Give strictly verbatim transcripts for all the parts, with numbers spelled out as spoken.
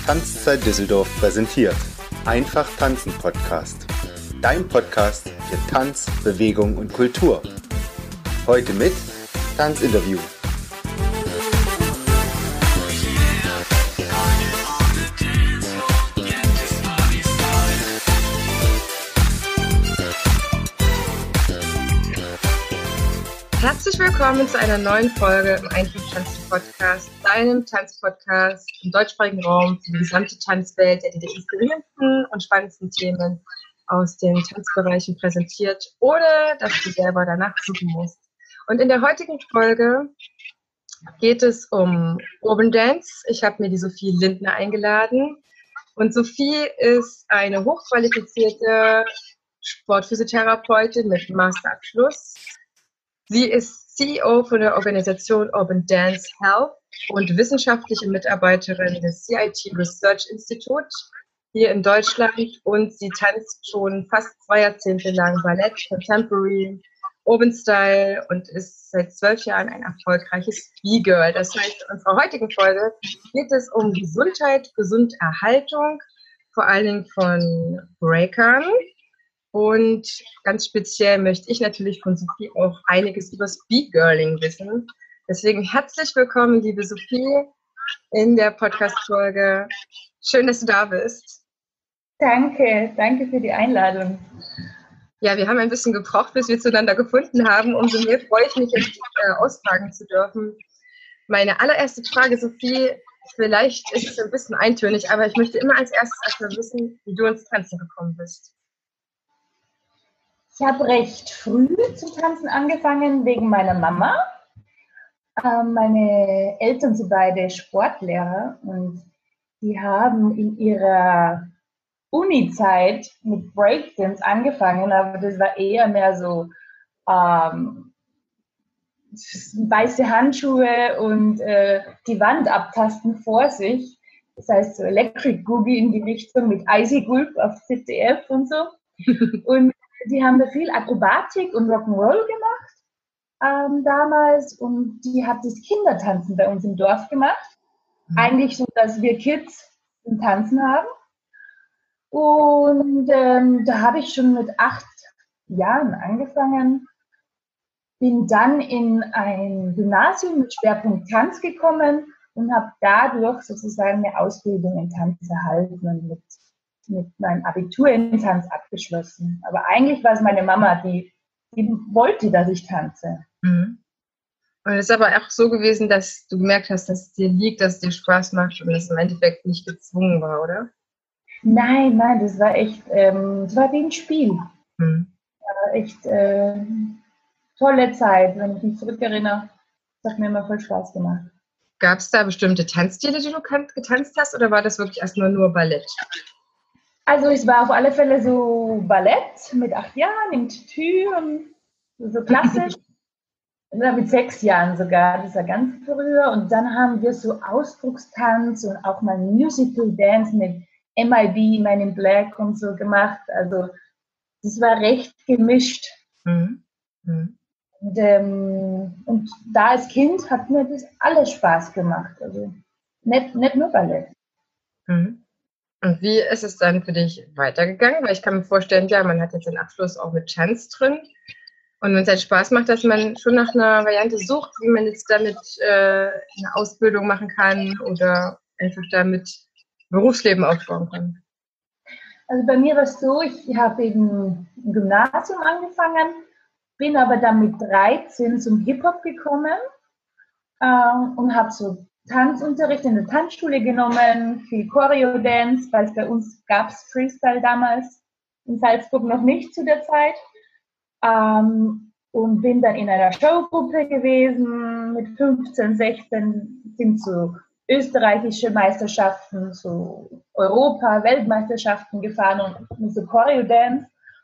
Tanzzeit Düsseldorf präsentiert Einfach Tanzen Podcast. Dein Podcast für Tanz, Bewegung und Kultur. Heute mit Tanzinterview. Herzlich willkommen zu einer neuen Folge im Einfach Tanzen Podcast, deinem Tanzpodcast im deutschsprachigen Raum für die gesamte Tanzwelt, der dir die inspirierendsten und spannendsten Themen aus den Tanzbereichen präsentiert, ohne dass du selber danach suchen musst. Und in der heutigen Folge geht es um Urban Dance. Ich habe mir die Sophie Lindner eingeladen. Und Sophie ist eine hochqualifizierte Sportphysiotherapeutin mit Masterabschluss. Sie ist C E O von der Organisation Urban Dance Health und wissenschaftliche Mitarbeiterin des C I T Research Institute hier in Deutschland, und sie tanzt schon fast zwei Jahrzehnte lang Ballett, Contemporary, Urban Style und ist seit zwölf Jahren ein erfolgreiches B-Girl. Das heißt, in unserer heutigen Folge geht es um Gesundheit, Gesunderhaltung, vor allen Dingen von Breakern. Und ganz speziell möchte ich natürlich von Sophie auch einiges über Speed-Girling wissen. Deswegen herzlich willkommen, liebe Sophie, in der Podcast-Folge. Schön, dass du da bist. Danke, danke für die Einladung. Ja, wir haben ein bisschen gebraucht, bis wir zueinander gefunden haben. Umso mehr freue ich mich, jetzt äh, ausfragen zu dürfen. Meine allererste Frage, Sophie, vielleicht ist es ein bisschen eintönig, aber ich möchte immer als erstes erstmal wissen, wie du ins Tanzen gekommen bist. Ich habe recht früh zum Tanzen angefangen wegen meiner Mama. Ähm, meine Eltern sind beide Sportlehrer und die haben in ihrer Uni-Zeit mit Breakdance angefangen, aber das war eher mehr so ähm, weiße Handschuhe und äh, die Wand abtasten vor sich. Das heißt so Electric Boogie in die Richtung mit Icy Gulp auf Z D F und so. Und die haben da viel Akrobatik und Rock'n'Roll gemacht ähm, damals, und die hat das Kindertanzen bei uns im Dorf gemacht. Mhm. Eigentlich so, dass wir Kids zum Tanzen haben. Und ähm, da habe ich schon mit acht Jahren angefangen, bin dann in ein Gymnasium mit Schwerpunkt Tanz gekommen und habe dadurch sozusagen eine Ausbildung in Tanz erhalten und mit mit meinem Abitur in Tanz abgeschlossen. Aber eigentlich war es meine Mama, die, die wollte, dass ich tanze. Mhm. Und es ist aber auch so gewesen, dass du gemerkt hast, dass es dir liegt, dass es dir Spaß macht und es im Endeffekt nicht gezwungen war, oder? Nein, nein, das war echt, ähm, das war wie ein Spiel. Mhm. Das war echt äh, tolle Zeit, wenn ich mich zurückerinnere. Das hat mir immer voll Spaß gemacht. Gab es da bestimmte Tanzstile, die du getanzt hast, oder war das wirklich erstmal nur Ballett? Also es war auf alle Fälle so Ballett mit acht Jahren im Tütü und so klassisch. Mit sechs Jahren sogar, das war ganz früher. Und dann haben wir so Ausdruckstanz und auch mal Musical Dance mit M I B, Men in Black und so gemacht. Also das war recht gemischt. Mhm. Mhm. Und, ähm, und da als Kind hat mir das alles Spaß gemacht. Also nicht, nicht nur Ballett. Mhm. Und wie ist es dann für dich weitergegangen? Weil ich kann mir vorstellen, ja, man hat jetzt den Abschluss auch mit Tanz drin. Und wenn es halt Spaß macht, dass man schon nach einer Variante sucht, wie man jetzt damit äh, eine Ausbildung machen kann oder einfach damit Berufsleben aufbauen kann. Also bei mir war es so, ich habe eben im Gymnasium angefangen, bin aber dann mit dreizehn zum Hip-Hop gekommen äh, und habe so Tanzunterricht in der Tanzschule genommen, viel Choreo-Dance, weil es bei uns gab es Freestyle damals, in Salzburg noch nicht zu der Zeit. Ähm, und bin dann in einer Showgruppe gewesen, mit fünfzehn, sechzehn sind so österreichische Meisterschaften, so Europa, Weltmeisterschaften gefahren und mit so Choreo-Dance.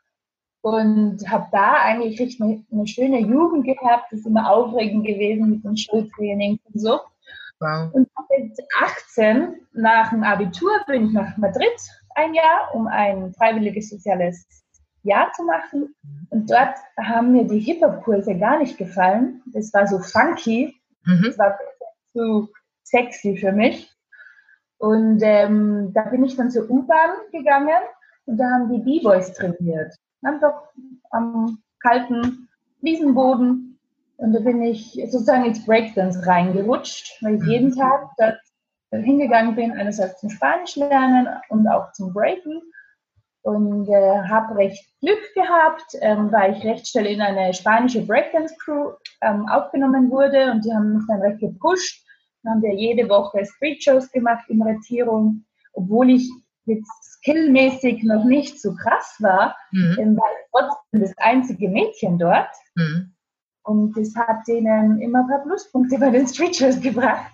Und habe da eigentlich richtig eine, eine schöne Jugend gehabt, das ist immer aufregend gewesen mit dem Showtraining und so. Wow. Und mit achtzehn, nach dem Abitur, bin ich nach Madrid ein Jahr, um ein freiwilliges soziales Jahr zu machen. Und dort haben mir die Hip-Hop-Kurse gar nicht gefallen. Das war so funky, mhm. Das war zu sexy für mich. Und ähm, da bin ich dann zur U-Bahn gegangen und da haben die B-Boys trainiert. Einfach am kalten Wiesenboden. Und da bin ich sozusagen ins Breakdance reingerutscht, weil ich jeden Tag dort hingegangen bin, einerseits zum Spanisch lernen und auch zum Breaken. Und äh, habe recht Glück gehabt, ähm, weil ich recht schnell in eine spanische Breakdance-Crew ähm, aufgenommen wurde und die haben mich dann recht gepusht. Dann haben wir jede Woche Street-Shows gemacht in Retierung, obwohl ich jetzt skillmäßig noch nicht so krass war, mhm. ähm, war ich trotzdem das einzige Mädchen dort. Mhm. Und das hat denen immer ein paar Pluspunkte bei den Street-Shows gebracht.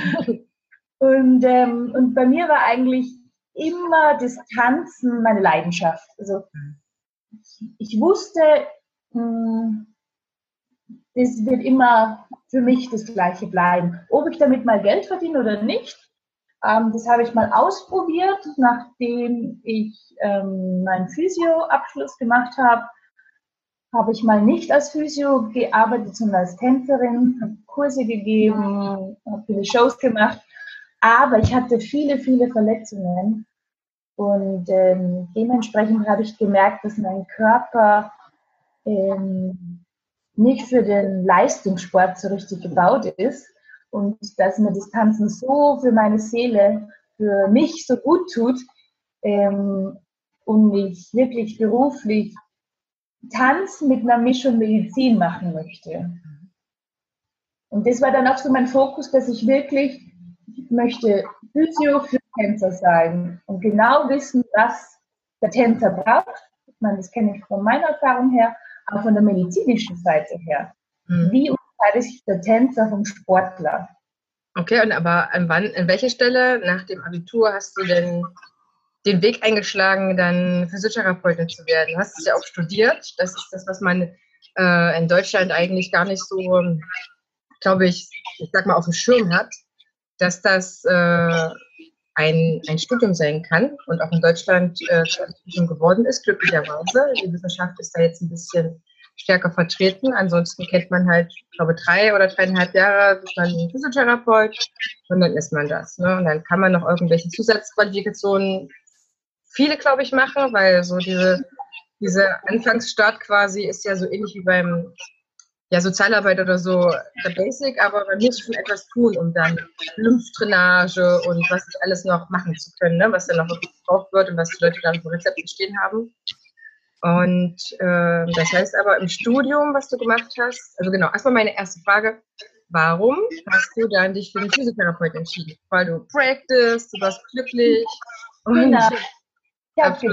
und, ähm, und bei mir war eigentlich immer das Tanzen meine Leidenschaft. Also ich, ich wusste, mh, das wird immer für mich das Gleiche bleiben. Ob ich damit mal Geld verdiene oder nicht, ähm, das habe ich mal ausprobiert, nachdem ich ähm, meinen Physio-Abschluss gemacht habe. Habe ich mal nicht als Physio gearbeitet, sondern als Tänzerin, habe Kurse gegeben, habe viele Shows gemacht. Aber ich hatte viele, viele Verletzungen. Und ähm, dementsprechend habe ich gemerkt, dass mein Körper ähm, nicht für den Leistungssport so richtig gebaut ist und dass mir das Tanzen so für meine Seele, für mich so gut tut ähm, und ich wirklich beruflich Tanz mit einer Mischung Medizin machen möchte. Und das war dann auch so mein Fokus, dass ich wirklich ich möchte Physio für Tänzer sein und genau wissen, was der Tänzer braucht. Ich meine, das kenne ich von meiner Erfahrung her, auch von der medizinischen Seite her. Mhm. Wie unterscheidet sich der Tänzer vom Sportler? Okay, und aber an wann, an welcher Stelle nach dem Abitur hast du denn den Weg eingeschlagen, dann Physiotherapeutin zu werden? Du hast es ja auch studiert. Das ist das, was man äh, in Deutschland eigentlich gar nicht so, glaube ich, ich sag mal, auf dem Schirm hat, dass das äh, ein, ein Studium sein kann und auch in Deutschland äh, ein Studium geworden ist, glücklicherweise. Die Wissenschaft ist da jetzt ein bisschen stärker vertreten. Ansonsten kennt man halt, ich glaube, drei oder dreieinhalb Jahre bis man ein Physiotherapeut und dann ist man das. Ne? Und dann kann man noch irgendwelche Zusatzqualifikationen, viele, glaube ich, machen, weil so diese, diese Anfangsstart quasi ist ja so ähnlich wie beim ja, Sozialarbeit oder so der Basic, aber man muss schon etwas tun, um dann Lymphdrainage und was nicht alles noch machen zu können, ne? Was dann noch wirklich gebraucht wird und was die Leute dann auf dem Rezept stehen haben. Und äh, das heißt aber im Studium, was du gemacht hast, also genau, erstmal meine erste Frage, warum hast du dann dich für den Physiotherapeut entschieden? Weil du practiced, du warst glücklich und genau. Ich habe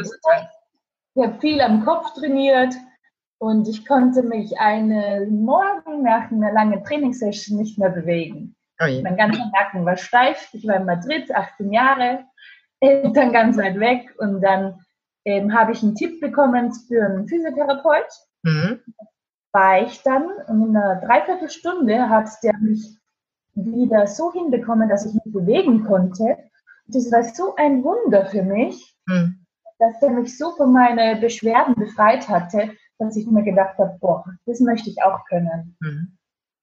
hab viel am Kopf trainiert. Und ich konnte mich einen Morgen nach einer langen Trainingssession nicht mehr bewegen. Oh yeah. Mein ganzer Nacken war steif. Ich war in Madrid, achtzehn Jahre, äh, dann ganz weit weg. Und dann ähm, habe ich einen Tipp bekommen für einen Physiotherapeut. Mhm. War ich dann und in einer Dreiviertelstunde hat der mich wieder so hinbekommen, dass ich mich bewegen konnte. Das war so ein Wunder für mich, mhm. dass der mich so von meinen Beschwerden befreit hatte, dass ich mir gedacht habe, boah, das möchte ich auch können. Mhm.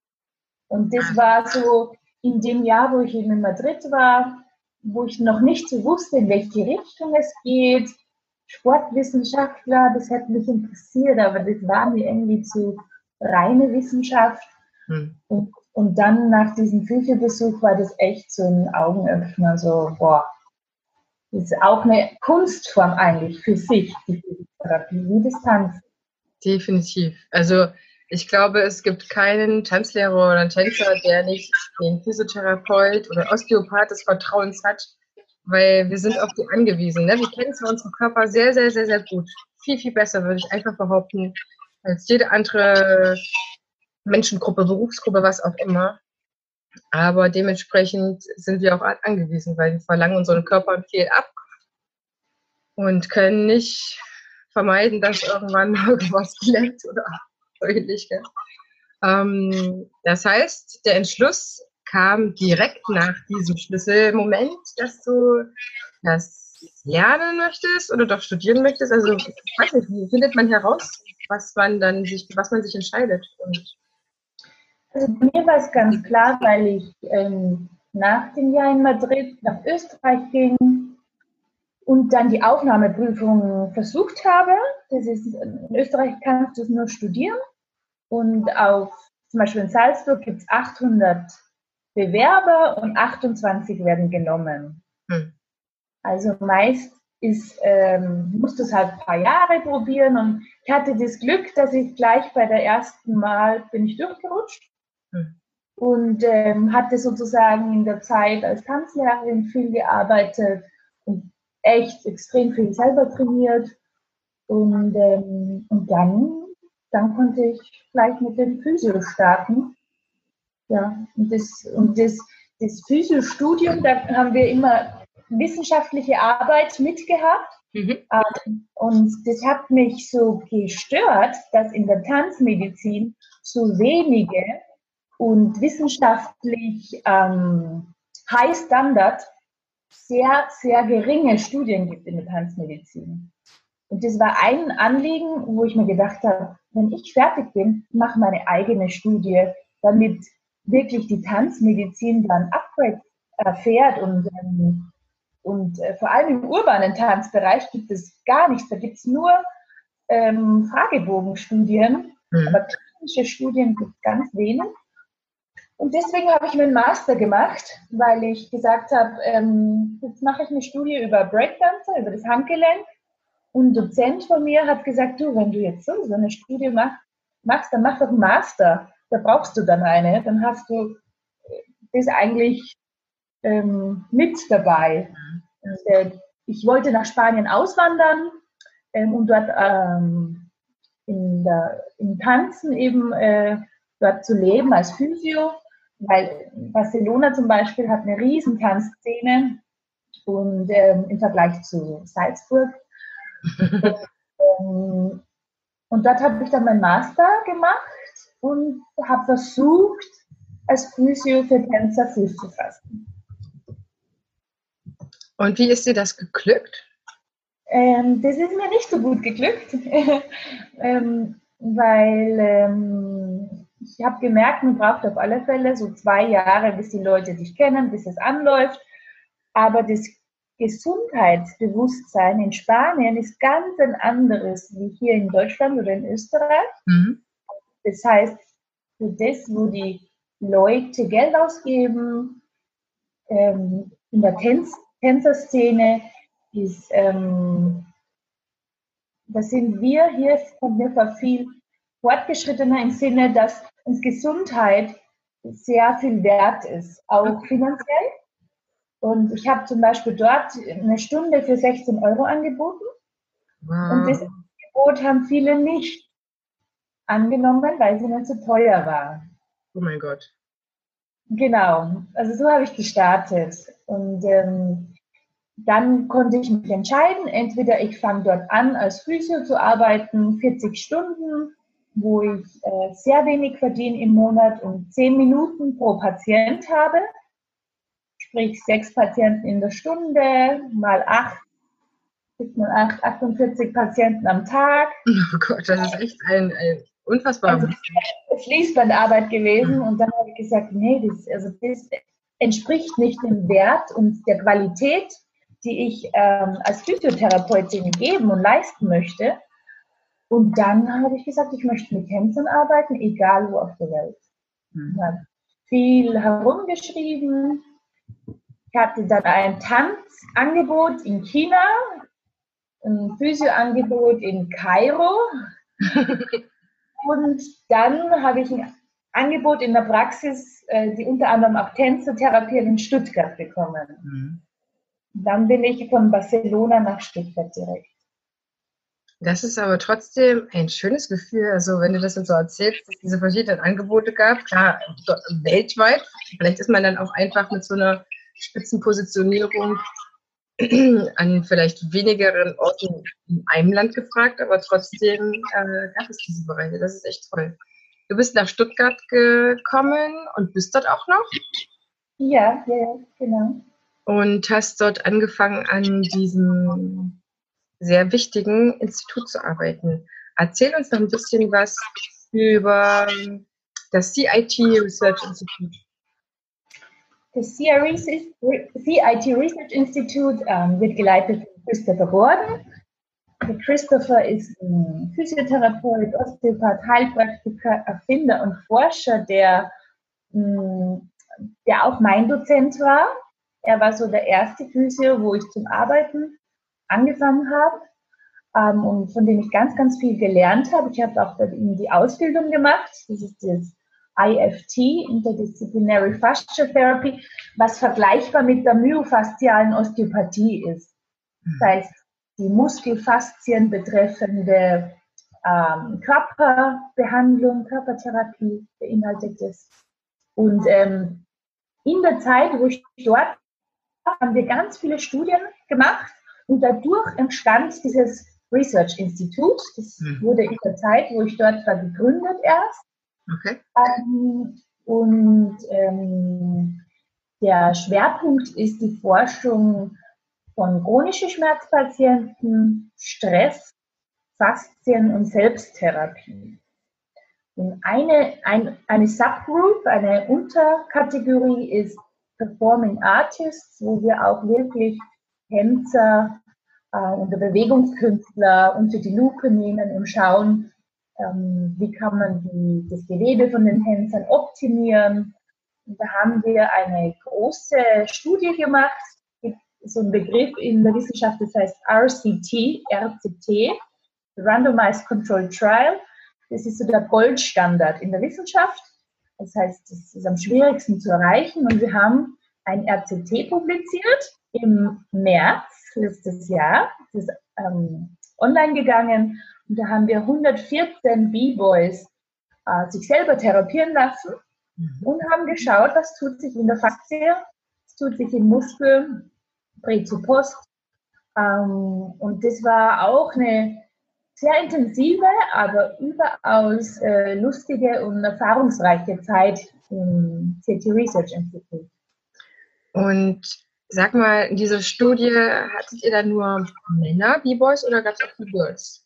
Und das war so in dem Jahr, wo ich eben in Madrid war, wo ich noch nicht so wusste, in welche Richtung es geht. Sportwissenschaftler, das hätte mich interessiert, aber das war mir irgendwie zu reine Wissenschaft. Mhm. Und, und dann nach diesem Physio-Besuch war das echt so ein Augenöffner, so, boah, das ist auch eine Kunstform eigentlich für sich, die Physiotherapie, wie das Tanzen. Definitiv. Also ich glaube, es gibt keinen Tanzlehrer oder einen Tänzer, der nicht den Physiotherapeut oder Osteopath des Vertrauens hat, weil wir sind auf die angewiesen. Ne? Wir kennen zwar unseren Körper sehr, sehr, sehr, sehr gut. Viel, viel besser, würde ich einfach behaupten, als jede andere Menschengruppe, Berufsgruppe, was auch immer. Aber dementsprechend sind wir auch angewiesen, weil wir verlangen unseren Körpern viel ab und können nicht vermeiden, dass irgendwann irgendwas klemmt oder so ähnlich. Ähm, das heißt, der Entschluss kam direkt nach diesem Schlüsselmoment, dass du das lernen möchtest oder doch studieren möchtest. Also ich weiß nicht, wie findet man heraus, was man dann sich, was man sich entscheidet? Und also bei mir war es ganz klar, weil ich ähm, nach dem Jahr in Madrid nach Österreich ging und dann die Aufnahmeprüfung versucht habe. Das ist, in Österreich kannst du es nur studieren und auf, zum Beispiel in Salzburg gibt es achthundert Bewerber und achtundzwanzig werden genommen. Hm. Also meist ist, ähm, musst du es halt ein paar Jahre probieren und ich hatte das Glück, dass ich gleich bei der ersten Mal bin ich durchgerutscht. Hm. Und ähm, hatte sozusagen in der Zeit als Tanzlehrerin viel gearbeitet und echt extrem viel selber trainiert. Und, ähm, und dann, dann konnte ich gleich mit dem Physio starten. Ja, und das, und das, das Physio-Studium, da haben wir immer wissenschaftliche Arbeit mitgehabt. Mhm. Ähm, und das hat mich so gestört, dass in der Tanzmedizin so wenige und wissenschaftlich ähm, High Standard sehr, sehr geringe Studien gibt in der Tanzmedizin. Und das war ein Anliegen, wo ich mir gedacht habe, wenn ich fertig bin, mache meine eigene Studie, damit wirklich die Tanzmedizin dann Upgrade erfährt. Und, ähm, und äh, vor allem im urbanen Tanzbereich gibt es gar nichts. Da gibt es nur ähm, Fragebogenstudien, mhm. aber klinische Studien gibt es ganz wenig. Und deswegen habe ich meinen Master gemacht, weil ich gesagt habe, ähm, jetzt mache ich eine Studie über Breakdancer, über das Handgelenk. Und ein Dozent von mir hat gesagt, du, wenn du jetzt so eine Studie mach, machst, dann mach doch einen Master. Da brauchst du dann eine. Dann hast du das eigentlich ähm, mit dabei. Und, äh, ich wollte nach Spanien auswandern, ähm, um dort ähm, in der, im Tanzen eben äh, dort zu leben als Physio. Weil Barcelona zum Beispiel hat eine riesen Tanzszene und ähm, im Vergleich zu Salzburg. und, ähm, und dort habe ich dann meinen Master gemacht und habe versucht, als Physio für Tänzer Fuß zu fassen. Und wie ist dir das geglückt? Ähm, das ist mir nicht so gut geglückt, ähm, weil ähm, ich habe gemerkt, man braucht auf alle Fälle so zwei Jahre, bis die Leute dich kennen, bis es anläuft. Aber das Gesundheitsbewusstsein in Spanien ist ganz ein anderes wie hier in Deutschland oder in Österreich. Mhm. Das heißt, für das, wo die Leute Geld ausgeben, ähm, in der Tänz Tänzerszene ist, ähm, da sind wir hier von mir viel fortgeschrittener im Sinne, dass uns Gesundheit sehr viel wert ist, auch finanziell. Und ich habe zum Beispiel dort eine Stunde für sechzehn Euro angeboten. Wow. Und das Angebot haben viele nicht angenommen, weil sie nicht so teuer war. Oh mein Gott. Genau, also so habe ich gestartet. Und ähm, dann konnte ich mich entscheiden, entweder ich fange dort an, als Physio zu arbeiten, vierzig Stunden, wo ich äh, sehr wenig verdiene im Monat und zehn Minuten pro Patient habe. Sprich sechs Patienten in der Stunde, mal acht, mal acht, achtundvierzig Patienten am Tag. Oh Gott, das ist echt ein, ein unfassbar. Also, es Fließbandarbeit gewesen und dann habe ich gesagt, nee, das, also das entspricht nicht dem Wert und der Qualität, die ich ähm, als Physiotherapeutin geben und leisten möchte. Und dann habe ich gesagt, ich möchte mit Tänzern arbeiten, egal wo auf der Welt. Mhm. Ich habe viel herumgeschrieben. Ich hatte dann ein Tanzangebot in China, ein Physioangebot in Kairo und dann habe ich ein Angebot in der Praxis, die unter anderem auch Tänzer therapieren, in Stuttgart bekommen. Mhm. Dann bin ich von Barcelona nach Stuttgart direkt. Das ist aber trotzdem ein schönes Gefühl, also wenn du das jetzt so erzählst, dass es diese verschiedenen Angebote gab, klar, weltweit, vielleicht ist man dann auch einfach mit so einer Spitzenpositionierung an vielleicht wenigeren Orten in einem Land gefragt, aber trotzdem äh, gab es diese Bereiche. Das ist echt toll. Du bist nach Stuttgart gekommen und bist dort auch noch? Ja, ja, genau. Und hast dort angefangen, an diesem sehr wichtigen Institut zu arbeiten. Erzähl uns noch ein bisschen was über das C I T Research Institute. Das C I T Research Institute ähm, wird geleitet von Christopher Gordon. Der Christopher ist ein Physiotherapeut, Osteopath, Heilpraktiker, Erfinder und Forscher, der, mh, der auch mein Dozent war. Er war so der erste Physio, wo ich zum Arbeiten angefangen habe ähm, und von dem ich ganz, ganz viel gelernt habe. Ich habe auch bei ihm die Ausbildung gemacht. Das ist das I F T, Interdisciplinary Fascial Therapy, was vergleichbar mit der myofaszialen Osteopathie ist. Das heißt, die Muskelfaszien betreffende ähm, Körperbehandlung, Körpertherapie beinhaltet es. Und ähm, in der Zeit, wo ich dort war, haben wir ganz viele Studien gemacht und dadurch entstand dieses Research Institute. Das mhm. wurde in der Zeit, wo ich dort war, gegründet erst. Okay. Ähm, und ähm, der Schwerpunkt ist die Forschung von chronischen Schmerzpatienten, Stress, Faszien und Selbsttherapie. Und eine, ein, eine Subgroup, eine Unterkategorie ist Performing Artists, wo wir auch wirklich Tänzer äh, und Bewegungskünstler unter die Lupe nehmen und schauen, ähm, wie kann man die, das Gewebe von den Tänzern optimieren. Und da haben wir eine große Studie gemacht, so ein Begriff in der Wissenschaft, das heißt R C T, R C T, Randomized Controlled Trial. Das ist so der Goldstandard in der Wissenschaft. Das heißt, das ist am schwierigsten zu erreichen. Und wir haben ein R C T publiziert im März letztes Jahr. Das ist ähm, online gegangen. Und da haben wir hundertvierzehn B-Boys äh, sich selber therapieren lassen und haben geschaut, was tut sich in der Faszie, was tut sich im Muskel, Prä zu Post. Ähm, und das war auch eine sehr intensive, aber überaus äh, lustige und erfahrungsreiche Zeit im C I T Research Institute. Und sag mal, in dieser Studie, hattet ihr da nur Männer, B-Boys, oder gab es auch B-Girls?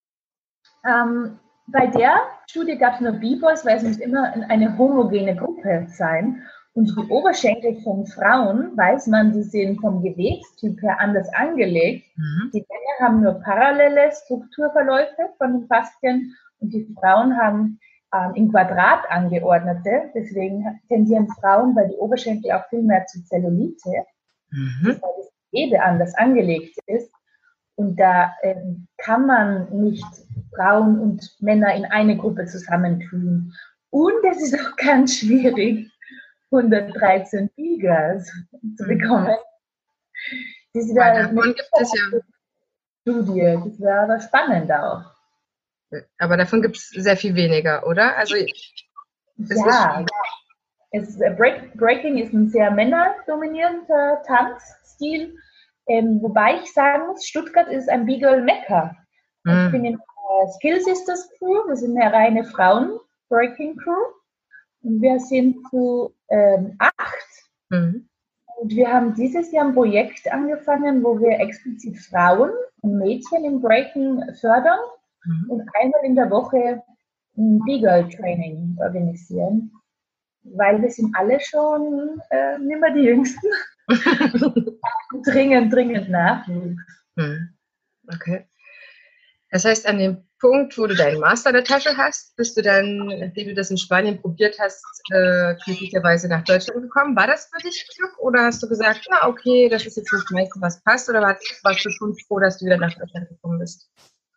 Ähm, bei der Studie gab es nur B-Boys, weil es muss immer eine homogene Gruppe sein. Und die Oberschenkel von Frauen, weiß man, die sind vom Gewebstyp her anders angelegt. Mhm. Die Männer haben nur parallele Strukturverläufe von den Faszien und die Frauen haben ähm, im Quadrat angeordnete. Deswegen tendieren Frauen bei den Oberschenkel auch viel mehr zu Zellulite, mhm. weil das Gewebe anders angelegt ist. Und da ähm, kann man nicht Frauen und Männer in eine Gruppe zusammentun. Und es ist auch ganz schwierig, hundertdreizehn B-Girls zu bekommen. Das ist ja davon gibt es ja Studie. Das wäre aber spannend auch. Aber davon gibt es sehr viel weniger, oder? Also ja, es, Break, Breaking ist ein sehr männerdominierender Tanzstil. Ähm, wobei ich sagen muss, Stuttgart ist ein B-Girl-Mekka. Hm. Ich bin in der Skill Sisters Crew, wir sind eine reine Frauen-Breaking-Crew. Und wir sind zu ähm, acht. Mhm. Und wir haben dieses Jahr ein Projekt angefangen, wo wir explizit Frauen und Mädchen im Breaking fördern mhm. und einmal in der Woche ein B-Girl-Training organisieren. Weil wir sind alle schon äh, nicht mehr die Jüngsten. dringend, dringend Nachwuchs. Mhm. Okay. Das heißt, an dem Punkt, wo du deinen Master in der Tasche hast, bist du dann, nachdem du das in Spanien probiert hast, äh, glücklicherweise nach Deutschland gekommen. War das für dich Glück oder hast du gesagt, na okay, das ist jetzt das meiste, was passt, oder warst, warst du schon froh, dass du wieder nach Deutschland gekommen bist?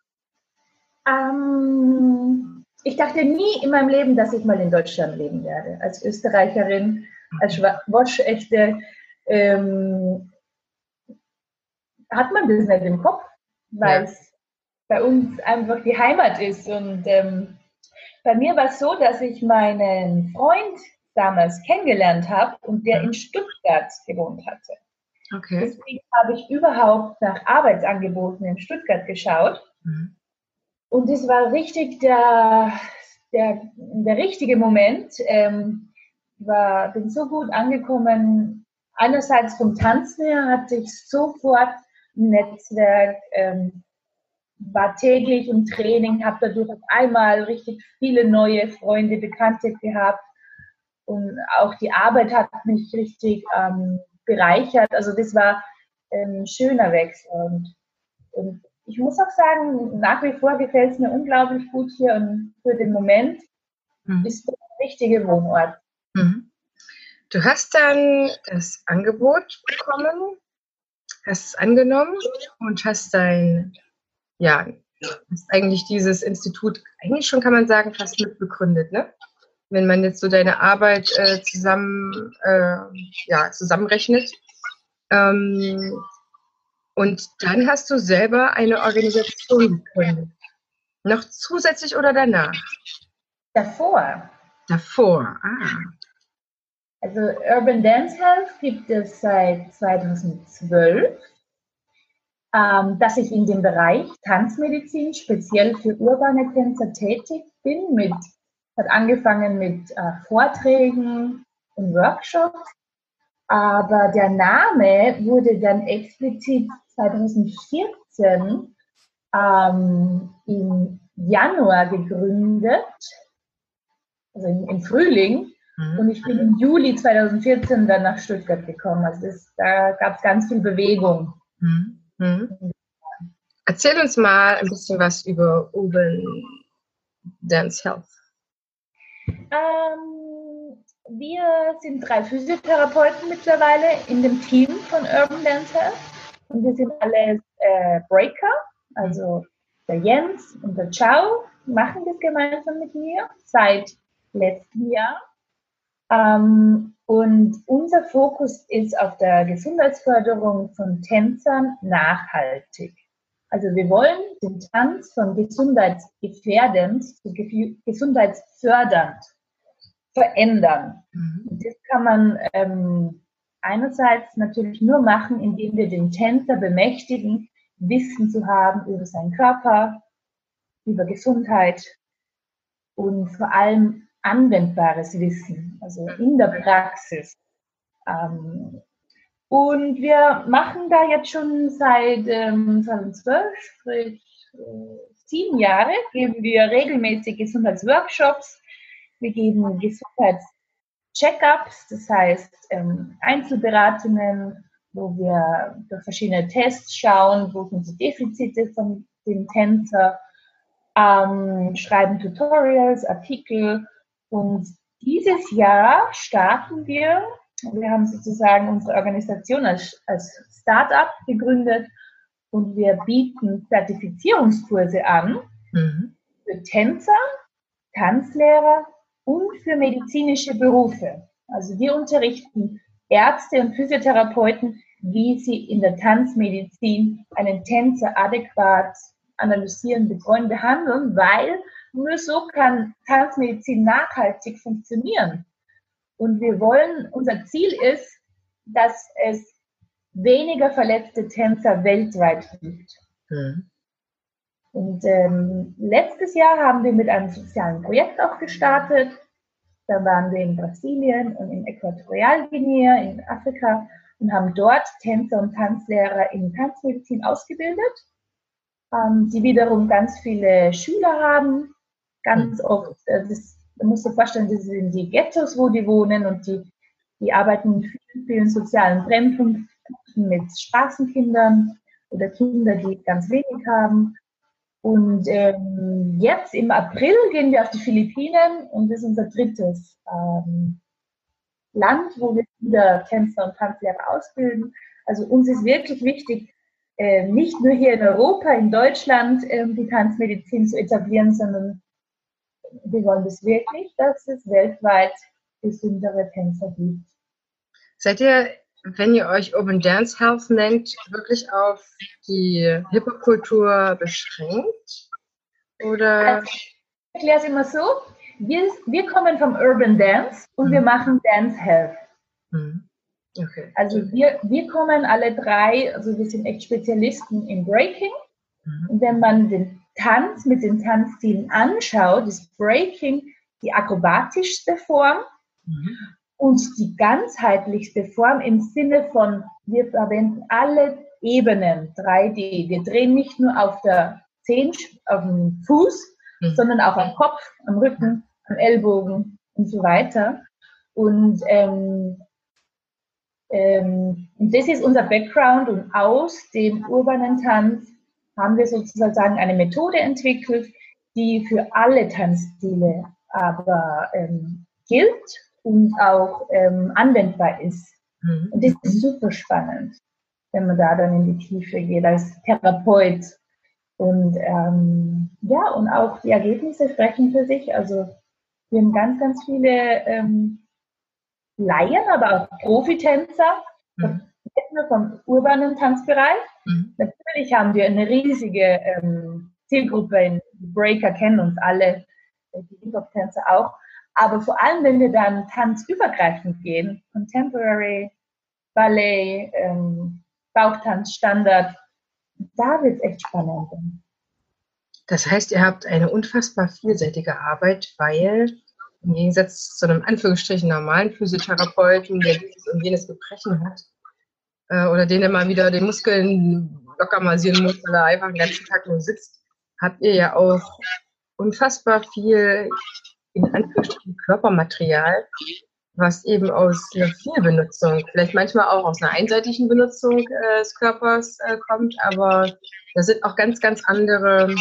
Ähm, ich dachte nie in meinem Leben, dass ich mal in Deutschland leben werde. Als Österreicherin, als waschechte, ähm, hat man das nicht im Kopf, weil es ja. bei uns einfach die Heimat ist. Und ähm, bei mir war es so, dass ich meinen Freund damals kennengelernt habe und der in Stuttgart gewohnt hatte. Okay. Deswegen habe ich überhaupt nach Arbeitsangeboten in Stuttgart geschaut. Mhm. Und es war richtig der, der, der richtige Moment. Ähm, war, bin so gut angekommen. Einerseits vom Tanzen her hatte ich sofort ein Netzwerk, ähm, war täglich im Training, habe dadurch auf einmal richtig viele neue Freunde, Bekannte gehabt. und auch die Arbeit hat mich richtig ähm, bereichert. Also das war ein schöner Wechsel. Und, und ich muss auch sagen, nach wie vor gefällt es mir unglaublich gut hier und für den Moment mhm. ist der richtige Wohnort. Mhm. Du hast dann das Angebot bekommen, hast es angenommen und hast dein, ja, hast eigentlich dieses Institut, eigentlich schon kann man sagen, fast mitbegründet, ne? Wenn man jetzt so deine Arbeit äh, zusammen, äh, ja, zusammenrechnet. Ähm, und dann hast du selber eine Organisation gegründet. Noch zusätzlich oder danach? Davor. Davor, ah. Also Urban Dance Health gibt es seit zweitausendzwölf, ähm, dass ich in dem Bereich Tanzmedizin speziell für urbane Tänzer tätig bin. Mit, hat angefangen mit äh, Vorträgen und Workshops, aber der Name wurde dann explizit zweitausendvierzehn ähm, im Januar gegründet, also im, im Frühling. Mhm. Und ich bin im Juli zweitausendvierzehn dann nach Stuttgart gekommen. Also das, da gab es ganz viel Bewegung. Mhm. Mhm. Erzähl uns mal ein bisschen was über Urban Dance Health. Ähm, wir sind drei Physiotherapeuten mittlerweile in dem Team von Urban Dance Health. Und wir sind alle äh, Breaker, also der Jens und der Ciao machen das gemeinsam mit mir seit letztem Jahr. Ähm, und unser Fokus ist auf der Gesundheitsförderung von Tänzern nachhaltig. Also wir wollen den Tanz von gesundheitsgefährdend zu gesundheitsfördernd verändern. Mhm. Und das kann man ähm, einerseits natürlich nur machen, indem wir den Tänzer bemächtigen, Wissen zu haben über seinen Körper, über Gesundheit und vor allem anwendbares Wissen, also in der Praxis. Ähm, und wir machen da jetzt schon seit ähm, zweitausendzwölf, sprich äh, sieben Jahre, geben wir regelmäßig Gesundheitsworkshops, wir geben Gesundheitscheckups, das heißt ähm, Einzelberatungen, wo wir durch verschiedene Tests schauen, wo sind die Defizite von dem Tänzer, ähm, schreiben Tutorials, Artikel. Und dieses Jahr starten wir, wir haben sozusagen unsere Organisation als, als Start-up gegründet und wir bieten Zertifizierungskurse an mhm. für Tänzer, Tanzlehrer und für medizinische Berufe. Also wir unterrichten Ärzte und Physiotherapeuten, wie sie in der Tanzmedizin einen Tänzer adäquat analysieren, betreuen, behandeln, weil nur so kann Tanzmedizin nachhaltig funktionieren. Und wir wollen, unser Ziel ist, dass es weniger verletzte Tänzer weltweit gibt. Mhm. Und ähm, letztes Jahr haben wir mit einem sozialen Projekt auch gestartet. Da waren wir in Brasilien und in Äquatorialguinea, in Afrika und haben dort Tänzer und Tanzlehrer in Tanzmedizin ausgebildet, ähm, die wiederum ganz viele Schüler haben. Ganz oft, äh, das, man muss sich vorstellen, das sind die Ghettos, wo die wohnen und die, die arbeiten in vielen, vielen sozialen Brennpunkten mit Straßenkindern oder Kindern, die ganz wenig haben. Und ähm, jetzt im April gehen wir auf die Philippinen und das ist unser drittes ähm, Land, wo wir wieder Tänzer und Tanzlehrer ausbilden. Also uns ist wirklich wichtig, äh, nicht nur hier in Europa, in Deutschland äh, die Tanzmedizin zu etablieren, sondern wir wollen das wirklich, dass es weltweit gesündere Tänzer gibt. Seid ihr, wenn ihr euch Urban Dance Health nennt, wirklich auf die Hip-Hop-Kultur beschränkt? Oder? Also, ich erkläre es immer so, wir, wir kommen vom Urban Dance und mhm. wir machen Dance Health. Mhm. Okay. Also wir, wir kommen alle drei, also wir sind echt Spezialisten im Breaking. Mhm. Und wenn man den Tanz mit den Tanzstilen anschaut, ist Breaking die akrobatischste Form. Mhm. Und die ganzheitlichste Form im Sinne von, wir verwenden alle Ebenen drei D. Wir drehen nicht nur auf der Zehen, auf dem Fuß, mhm. sondern auch am Kopf, am Rücken, am Ellbogen und so weiter. Und ähm, ähm, das ist unser Background und aus dem urbanen Tanz haben wir sozusagen eine Methode entwickelt, die für alle Tanzstile aber ähm, gilt und auch ähm, anwendbar ist. Mhm. Und das ist super spannend, wenn man da dann in die Tiefe geht als Therapeut. Und ähm, ja, und auch die Ergebnisse sprechen für sich. Also wir haben ganz, ganz viele ähm, Laien, aber auch Profitänzer, mhm. nicht nur vom urbanen Tanzbereich. Mhm. Natürlich haben wir eine riesige ähm, Zielgruppe, die Breaker kennen uns alle, die Hip-Hop-Tänzer auch. Aber vor allem, wenn wir dann tanzübergreifend gehen, Contemporary, Ballet, ähm, Bauchtanz, Standard, da wird es echt spannend. Das heißt, ihr habt eine unfassbar vielseitige Arbeit, weil im Gegensatz zu einem Anführungsstrichen normalen Physiotherapeuten, der dieses und jenes Gebrechen hat, äh, oder den immer wieder den Muskeln locker massieren muss, weil er einfach den ganzen Tag nur sitzt, habt ihr ja auch unfassbar viel in Anführungsstrichen Körpermaterial, was eben aus einer Vielbenutzung, vielleicht manchmal auch aus einer einseitigen Benutzung äh, des Körpers äh, kommt, aber da sind auch ganz, ganz andere,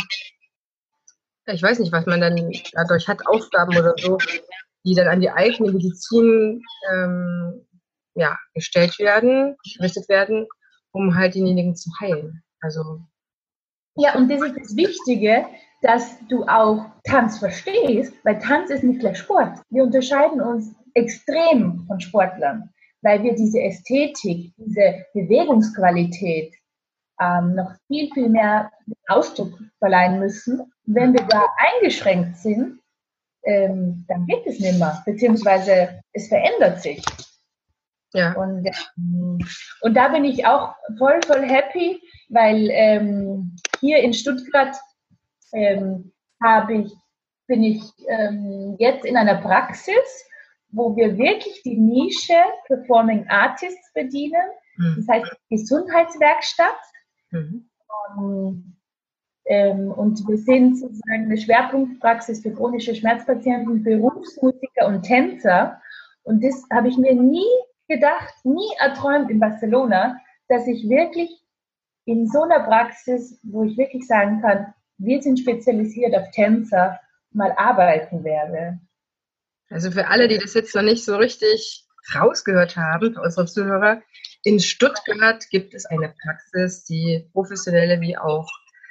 ich weiß nicht, was man dann dadurch hat, Aufgaben oder so, die dann an die eigene Medizin ähm, ja, gestellt werden, gerichtet werden, um halt denjenigen zu heilen. Also ja, und das ist das Wichtige, dass du auch Tanz verstehst, weil Tanz ist nicht gleich Sport. Wir unterscheiden uns extrem von Sportlern, weil wir diese Ästhetik, diese Bewegungsqualität ähm, noch viel, viel mehr Ausdruck verleihen müssen. Und wenn wir da eingeschränkt sind, ähm, dann geht es nicht mehr, beziehungsweise es verändert sich. Ja. Und, ähm, und da bin ich auch voll, voll happy, weil ähm, hier in Stuttgart ähm, habe ich, bin ich ähm, jetzt in einer Praxis, wo wir wirklich die Nische Performing Artists bedienen. Mhm. Das heißt Gesundheitswerkstatt. Mhm. Und, ähm, und wir sind sozusagen eine Schwerpunktpraxis für chronische Schmerzpatienten, Berufsmusiker und Tänzer. Und das habe ich mir nie gedacht, nie erträumt in Barcelona, dass ich wirklich in so einer Praxis, wo ich wirklich sagen kann, wir sind spezialisiert auf Tänzer, mal arbeiten werde. Also für alle, die das jetzt noch nicht so richtig rausgehört haben, für unsere Zuhörer, in Stuttgart gibt es eine Praxis, die professionelle wie auch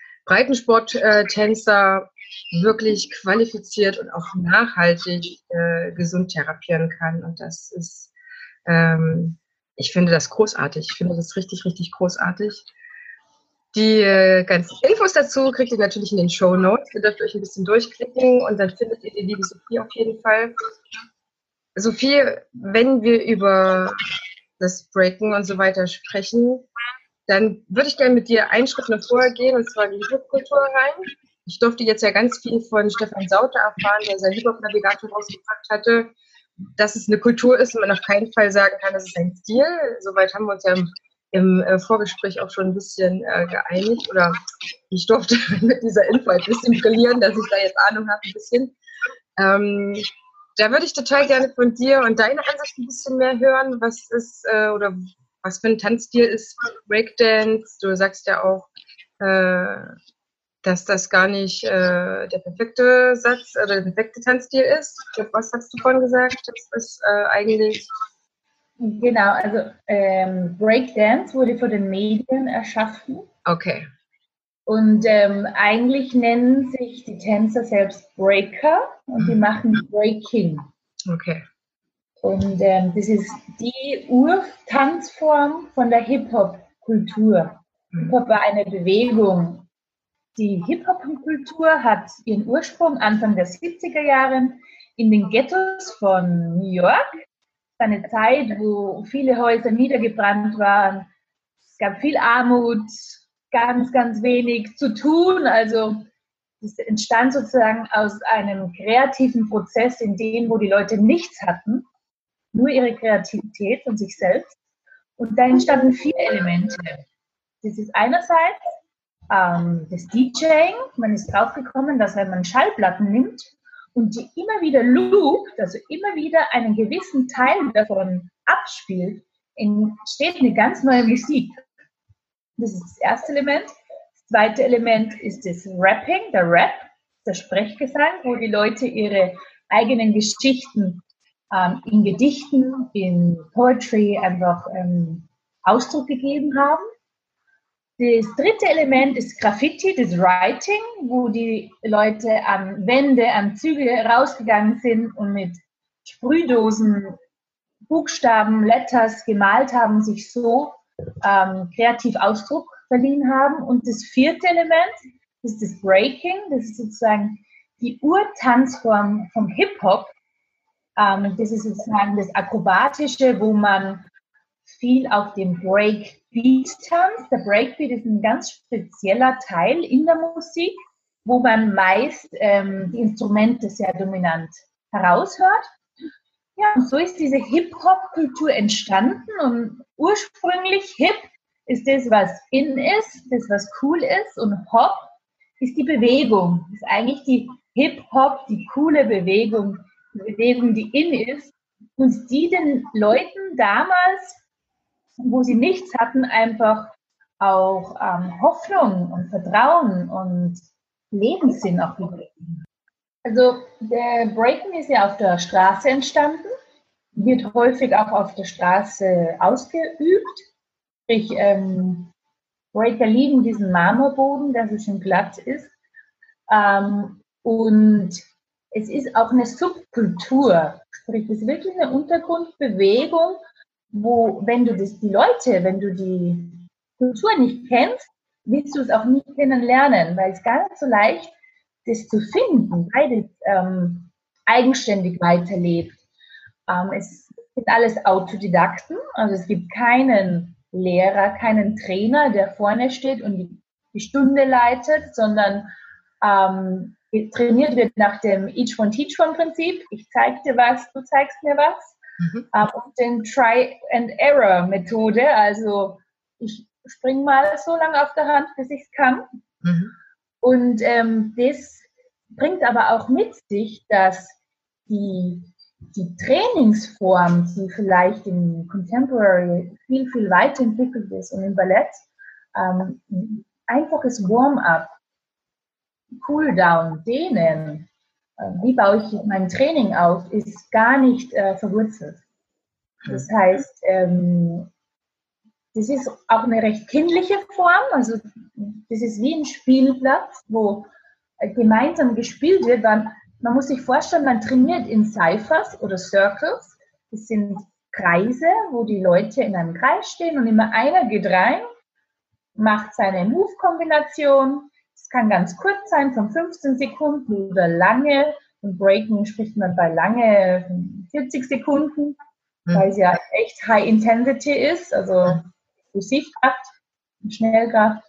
Breitensporttänzer wirklich qualifiziert und auch nachhaltig äh, gesund therapieren kann. Und das ist, ähm, ich finde das großartig. Ich finde das richtig, richtig großartig. Die äh, ganzen Infos dazu kriegt ihr natürlich in den Shownotes. Ihr dürft euch ein bisschen durchklicken und dann findet ihr die liebe Sophie auf jeden Fall. Sophie, wenn wir über das Breaken und so weiter sprechen, dann würde ich gerne mit dir einen Schritt noch vorher gehen, und zwar in die Hip-Hop-Kultur rein. Ich durfte jetzt ja ganz viel von Stefan Sauter erfahren, der sein Hip-Hop-Navigator rausgebracht hatte, dass es eine Kultur ist und man auf keinen Fall sagen kann, das ist ein Stil. Soweit haben wir uns ja im, im äh, Vorgespräch auch schon ein bisschen äh, geeinigt. Oder ich durfte mit dieser Info ein bisschen brillieren, dass ich da jetzt Ahnung habe, ein bisschen. Ähm, da würde ich total gerne von dir und deiner Ansicht ein bisschen mehr hören, was ist äh, oder was für ein Tanzstil ist Breakdance. Du sagst ja auch, äh, dass das gar nicht äh, der perfekte Satz oder der perfekte Tanzstil ist. Ich glaube, was hast du vorhin gesagt? Das ist äh, eigentlich... Genau, also ähm, Breakdance wurde von den Medien erschaffen. Okay. Und ähm, eigentlich nennen sich die Tänzer selbst Breaker und die machen Breaking. Okay. Und ähm, das ist die Urtanzform von der Hip-Hop-Kultur. Mhm. Hip-Hop war eine Bewegung. Die Hip-Hop-Kultur hat ihren Ursprung Anfang der siebziger Jahre in den Ghettos von New York. Eine Zeit, wo viele Häuser niedergebrannt waren. Es gab viel Armut, ganz, ganz wenig zu tun. Also es entstand sozusagen aus einem kreativen Prozess, in dem, wo die Leute nichts hatten, nur ihre Kreativität und sich selbst. Und da entstanden vier Elemente. Das ist einerseits ähm, das DJing. Man ist draufgekommen, dass wenn man Schallplatten nimmt und die immer wieder loopt, also immer wieder einen gewissen Teil davon abspielt, entsteht eine ganz neue Musik. Das ist das erste Element. Das zweite Element ist das Rapping, der Rap, der Sprechgesang, wo die Leute ihre eigenen Geschichten ähm, in Gedichten, in Poetry einfach ähm, Ausdruck gegeben haben. Das dritte Element ist Graffiti, das Writing, wo die Leute an Wände, an Züge rausgegangen sind und mit Sprühdosen Buchstaben, Letters gemalt haben, sich so ähm, kreativ Ausdruck verliehen haben. Und das vierte Element ist das Breaking, das ist sozusagen die Urtanzform vom Hip-Hop. Ähm, das ist sozusagen das Akrobatische, wo man viel auf dem Breakbeat tanzt. Der Breakbeat ist ein ganz spezieller Teil in der Musik, wo man meist ähm, die Instrumente sehr dominant heraushört. Ja, und so ist diese Hip-Hop-Kultur entstanden und ursprünglich Hip ist das, was in ist, das, was cool ist, und Hop ist die Bewegung. Das ist eigentlich die Hip-Hop, die coole Bewegung, die Bewegung, die in ist und die den Leuten damals, wo sie nichts hatten, einfach auch ähm, Hoffnung und Vertrauen und Lebenssinn auch gegeben. Also der Breaking ist ja auf der Straße entstanden, wird häufig auch auf der Straße ausgeübt. Sprich, ähm, Breaker lieben diesen Marmorboden, der so schön glatt ist. Ähm, und es ist auch eine Subkultur. Sprich, es ist wirklich eine Untergrundbewegung, wo, wenn du das, die Leute, wenn du die Kultur nicht kennst, willst du es auch nicht kennenlernen, weil es gar nicht so leicht ist, das zu finden, weil es ähm, eigenständig weiterlebt. Ähm, es sind alles Autodidakten, also es gibt keinen Lehrer, keinen Trainer, der vorne steht und die, die Stunde leitet, sondern ähm, trainiert wird nach dem Each One Teach One Prinzip. Ich zeige dir was, du zeigst mir was. Mhm. Ähm, und den Try and Error Methode, also ich springe mal so lange auf der Hand, bis ich es kann. Mhm. Und ähm, das bringt aber auch mit sich, dass die, die Trainingsform, die vielleicht im Contemporary viel, viel weiterentwickelt ist und im Ballett, ähm, einfaches Warm-up, Cool-down, Dehnen, äh, wie baue ich mein Training auf, ist gar nicht äh, verwurzelt. Das heißt, ähm, das ist auch eine recht kindliche Form, also das ist wie ein Spielplatz, wo gemeinsam gespielt wird. Man, man muss sich vorstellen, man trainiert in Cyphers oder Circles. Das sind Kreise, wo die Leute in einem Kreis stehen und immer einer geht rein, macht seine Move-Kombination. Es kann ganz kurz sein, von fünfzehn Sekunden oder lange. Und Breaking spricht man bei lange vierzig Sekunden, mhm. weil es ja echt High Intensity ist, also Explosivkraft und Schnellkraft.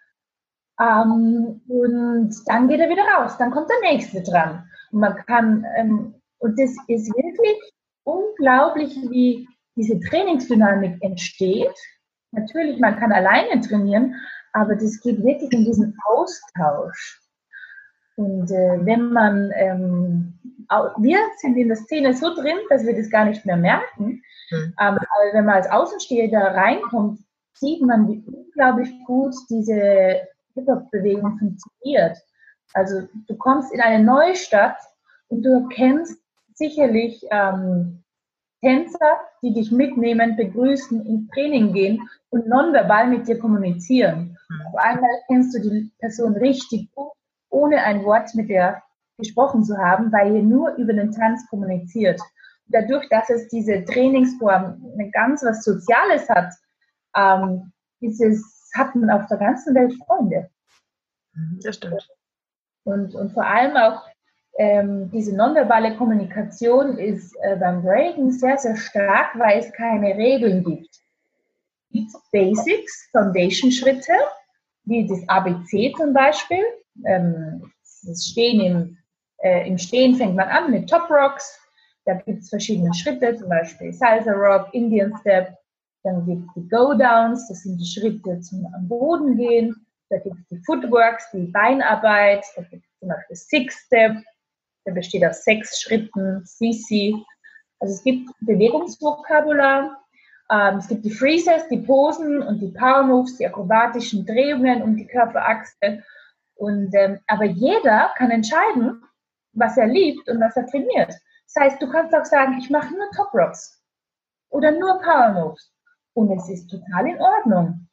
Um, und dann geht er wieder raus, dann kommt der nächste dran. Und man kann, ähm, und das ist wirklich unglaublich, wie diese Trainingsdynamik entsteht. Natürlich, man kann alleine trainieren, aber das geht wirklich in diesen Austausch. Und äh, wenn man, ähm, auch, wir sind in der Szene so drin, dass wir das gar nicht mehr merken, mhm. aber wenn man als Außenstehender reinkommt, sieht man, wie unglaublich gut diese Hip-Hop-Bewegung funktioniert. Also du kommst in eine neue Stadt und du erkennst sicherlich ähm, Tänzer, die dich mitnehmen, begrüßen, ins Training gehen und nonverbal mit dir kommunizieren. Mhm. Auf einmal kennst du die Person richtig gut, ohne ein Wort mit der gesprochen zu haben, weil ihr nur über den Tanz kommuniziert. Und dadurch, dass es diese Trainingsform eine ganz was Soziales hat, ähm, ist es hat man auf der ganzen Welt Freunde. Das stimmt. Und, und vor allem auch ähm, diese nonverbale Kommunikation ist äh, beim Breaking sehr, sehr stark, weil es keine Regeln gibt. Es gibt Basics, Foundation-Schritte, wie das A B C zum Beispiel. Ähm, das Stehen im, äh, im Stehen fängt man an mit Top Rocks. Da gibt es verschiedene Schritte, zum Beispiel Salsa Rock, Indian Step. Dann gibt es die Go-Downs, das sind die Schritte zum am Boden gehen. Da gibt es die Footworks, die Beinarbeit. Da gibt es zum Beispiel Six-Step. Der besteht aus sechs Schritten, C C. Also es gibt Bewegungsvokabular, ähm, es gibt die Freezes, die Posen und die Power Moves, die akrobatischen Drehungen um die Körperachse. Und, ähm, aber jeder kann entscheiden, was er liebt und was er trainiert. Das heißt, du kannst auch sagen, ich mache nur Top Rocks oder nur Power Moves. Und es ist total in Ordnung.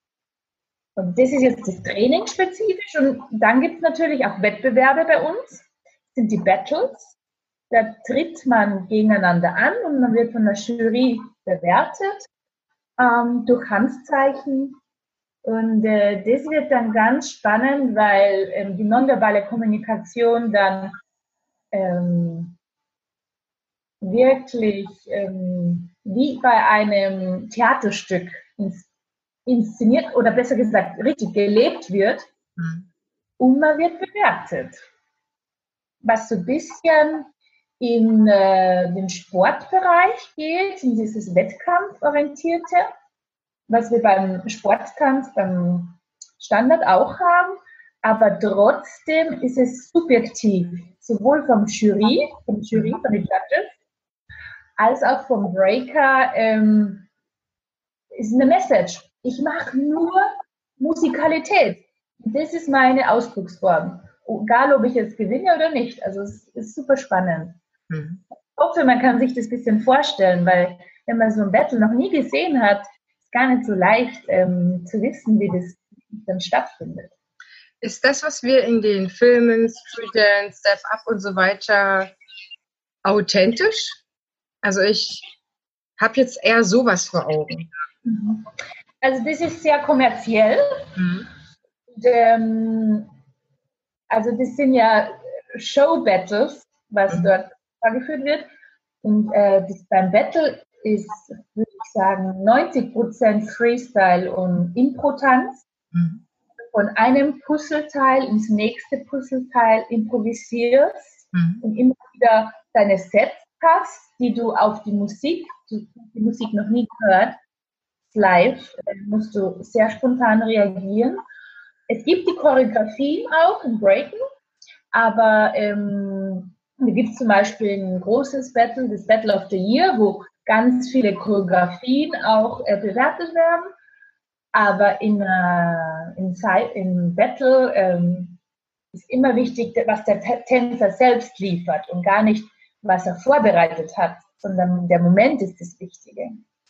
Und das ist jetzt das Training spezifisch. Und dann gibt es natürlich auch Wettbewerbe bei uns. Das sind die Battles. Da tritt man gegeneinander an und man wird von der Jury bewertet ähm, durch Handzeichen. Und äh, das wird dann ganz spannend, weil ähm, die nonverbale Kommunikation dann ähm, wirklich ähm, wie bei einem Theaterstück ins, inszeniert oder besser gesagt richtig gelebt wird mhm. und man wird bewertet. Was so ein bisschen in äh, den Sportbereich geht, in dieses Wettkampforientierte, was wir beim Sporttanz, beim Standard auch haben, aber trotzdem ist es subjektiv, sowohl vom Jury, vom Jury, von den Judges, als auch vom Breaker, ähm, ist eine Message. Ich mache nur Musikalität. Das ist meine Ausdrucksform. Egal, ob ich jetzt gewinne oder nicht. Also es ist super spannend. Mhm. Ich hoffe, man kann sich das ein bisschen vorstellen, weil wenn man so ein Battle noch nie gesehen hat, ist gar nicht so leicht ähm, zu wissen, wie das dann stattfindet. Ist das, was wir in den Filmen, Street Dance, Step Up und so weiter, authentisch? Also ich habe jetzt eher sowas vor Augen. Also das ist sehr kommerziell. Mhm. Und, ähm, also das sind ja Show-Battles, was mhm. dort vorgeführt wird. Und äh, das beim Battle ist, würde ich sagen, neunzig Prozent Freestyle und Impro-Tanz. Mhm. Von einem Puzzleteil ins nächste Puzzleteil improvisierst mhm. und immer wieder deine Sets hast, die du auf die Musik, die, die Musik noch nie gehört, live, musst du sehr spontan reagieren. Es gibt die Choreografien auch im Breaken, aber ähm, da gibt es zum Beispiel ein großes Battle, das Battle of the Year, wo ganz viele Choreografien auch äh, bewertet werden. Aber in, äh, in, in Battle ähm, ist immer wichtig, was der Tänzer selbst liefert und gar nicht, was er vorbereitet hat, sondern der Moment ist das Wichtige.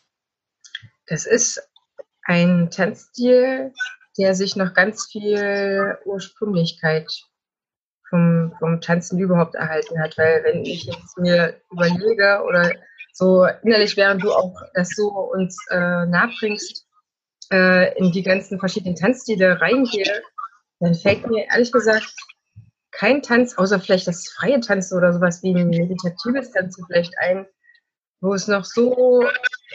Das ist ein Tanzstil, der sich noch ganz viel Ursprünglichkeit vom, vom Tanzen überhaupt erhalten hat, weil wenn ich jetzt mir überlege oder so innerlich, während du auch das so uns äh, nahebringst, äh, in die ganzen verschiedenen Tanzstile reingehe, dann fällt mir ehrlich gesagt kein Tanz, außer vielleicht das freie Tanzen oder sowas wie ein meditatives Tanzen vielleicht ein, wo es noch so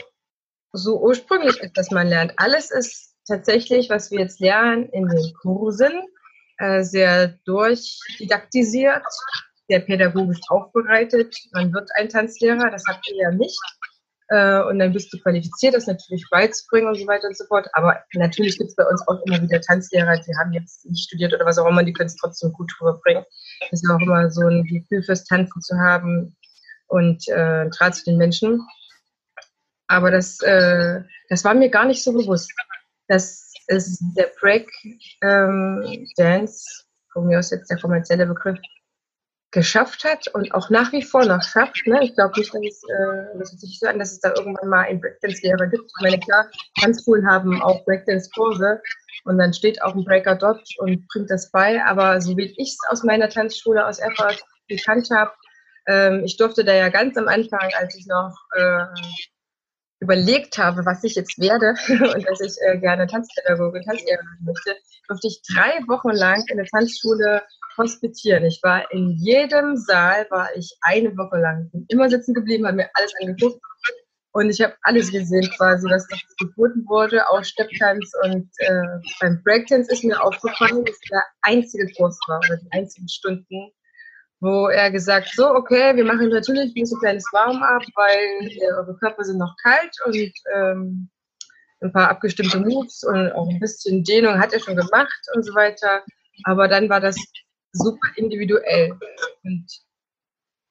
so ursprünglich ist, dass man lernt. Alles ist tatsächlich, was wir jetzt lernen, in den Kursen, äh, sehr durchdidaktisiert, sehr pädagogisch aufbereitet. Man wird ein Tanzlehrer, das habt ihr ja nicht. Äh, und dann bist du qualifiziert, das natürlich beizubringen und so weiter und so fort. Aber natürlich gibt es bei uns auch immer wieder Tanzlehrer, die haben jetzt nicht studiert oder was auch immer, die können es trotzdem gut rüberbringen. Das ist auch immer so ein Gefühl fürs Tanzen zu haben und äh, ein Draht zu den Menschen. Aber das, äh, das war mir gar nicht so bewusst, dass es der Break ähm, Dance, von mir aus jetzt der kommerzielle Begriff, geschafft hat und auch nach wie vor noch schafft. Ne? Ich glaube nicht, dass es, äh, das hört sich so an, dass es da irgendwann mal einen Breakdance-Lehrer gibt. Ich meine, klar, Tanzschulen haben auch Breakdance-Kurse und dann steht auch ein Breaker dort und bringt das bei. Aber so wie ich es aus meiner Tanzschule aus Erfurt gekannt habe, ähm, ich durfte da ja ganz am Anfang, als ich noch äh, überlegt habe, was ich jetzt werde und dass ich äh, gerne Tanzpädagogin, Tanzlehrerin möchte, durfte ich drei Wochen lang in der Tanzschule hospitieren. Ich war in jedem Saal, war ich eine Woche lang. Bin immer sitzen geblieben, habe mir alles angeguckt und ich habe alles gesehen quasi, was da geboten wurde, auch Stepptanz und äh, beim Breakdance ist mir aufgefallen, dass der einzige Kurs war, oder die einzigen Stunden, wo er gesagt, so, okay, wir machen natürlich ein so kleines Warm-up, weil äh, eure Körper sind noch kalt und ähm, ein paar abgestimmte Moves und auch ein bisschen Dehnung hat er schon gemacht und so weiter. Aber dann war das super individuell. Und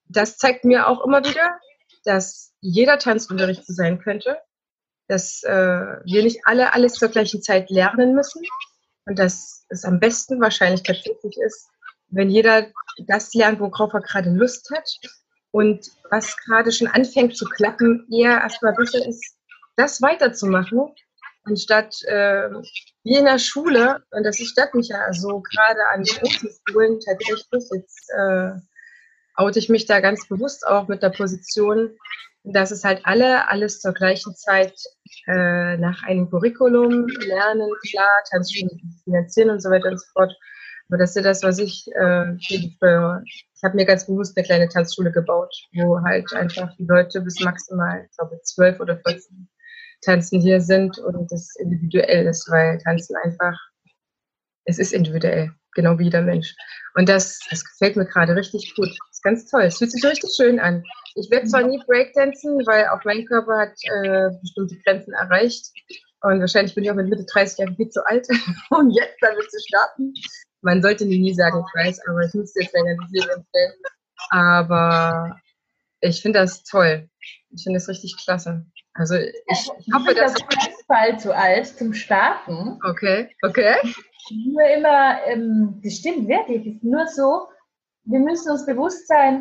das zeigt mir auch immer wieder, dass jeder Tanzunterricht so sein könnte, dass äh, wir nicht alle alles zur gleichen Zeit lernen müssen und dass es am besten wahrscheinlich tatsächlich ist, wenn jeder das lernt, worauf er gerade Lust hat und was gerade schon anfängt zu klappen, eher erstmal besser ist, das weiterzumachen, anstatt äh, wie in der Schule, und das stört mich ja so gerade an großen Schulen tatsächlich, jetzt äh, oute ich mich da ganz bewusst auch mit der Position, dass es halt alle alles zur gleichen Zeit äh, nach einem Curriculum lernen, klar, Tanzschulen finanzieren und so weiter und so fort. Aber das ist ja das, was ich äh, für, ich habe mir ganz bewusst eine kleine Tanzschule gebaut, wo halt einfach die Leute bis maximal, ich glaube, zwölf oder vierzehn Tanzen hier sind und das individuell ist, weil Tanzen einfach, es ist individuell, genau wie jeder Mensch. Und das, das gefällt mir gerade richtig gut. Das ist ganz toll. Es fühlt sich richtig schön an. Ich werde zwar nie Breakdancen, weil auch mein Körper hat äh, bestimmte Grenzen erreicht. Und wahrscheinlich bin ich auch mit Mitte dreißig Jahren viel zu alt, um jetzt damit zu starten. Man sollte nie, nie sagen, ich weiß, aber ich muss jetzt länger die Serie empfehlen. Aber ich finde das toll. Ich finde das richtig klasse. Also ich, ich hoffe, dass... Ich bin auf Fall zu alt zum Starten. Okay, okay. Nur immer, ähm, das stimmt wirklich, es ist nur so, wir müssen uns bewusst sein,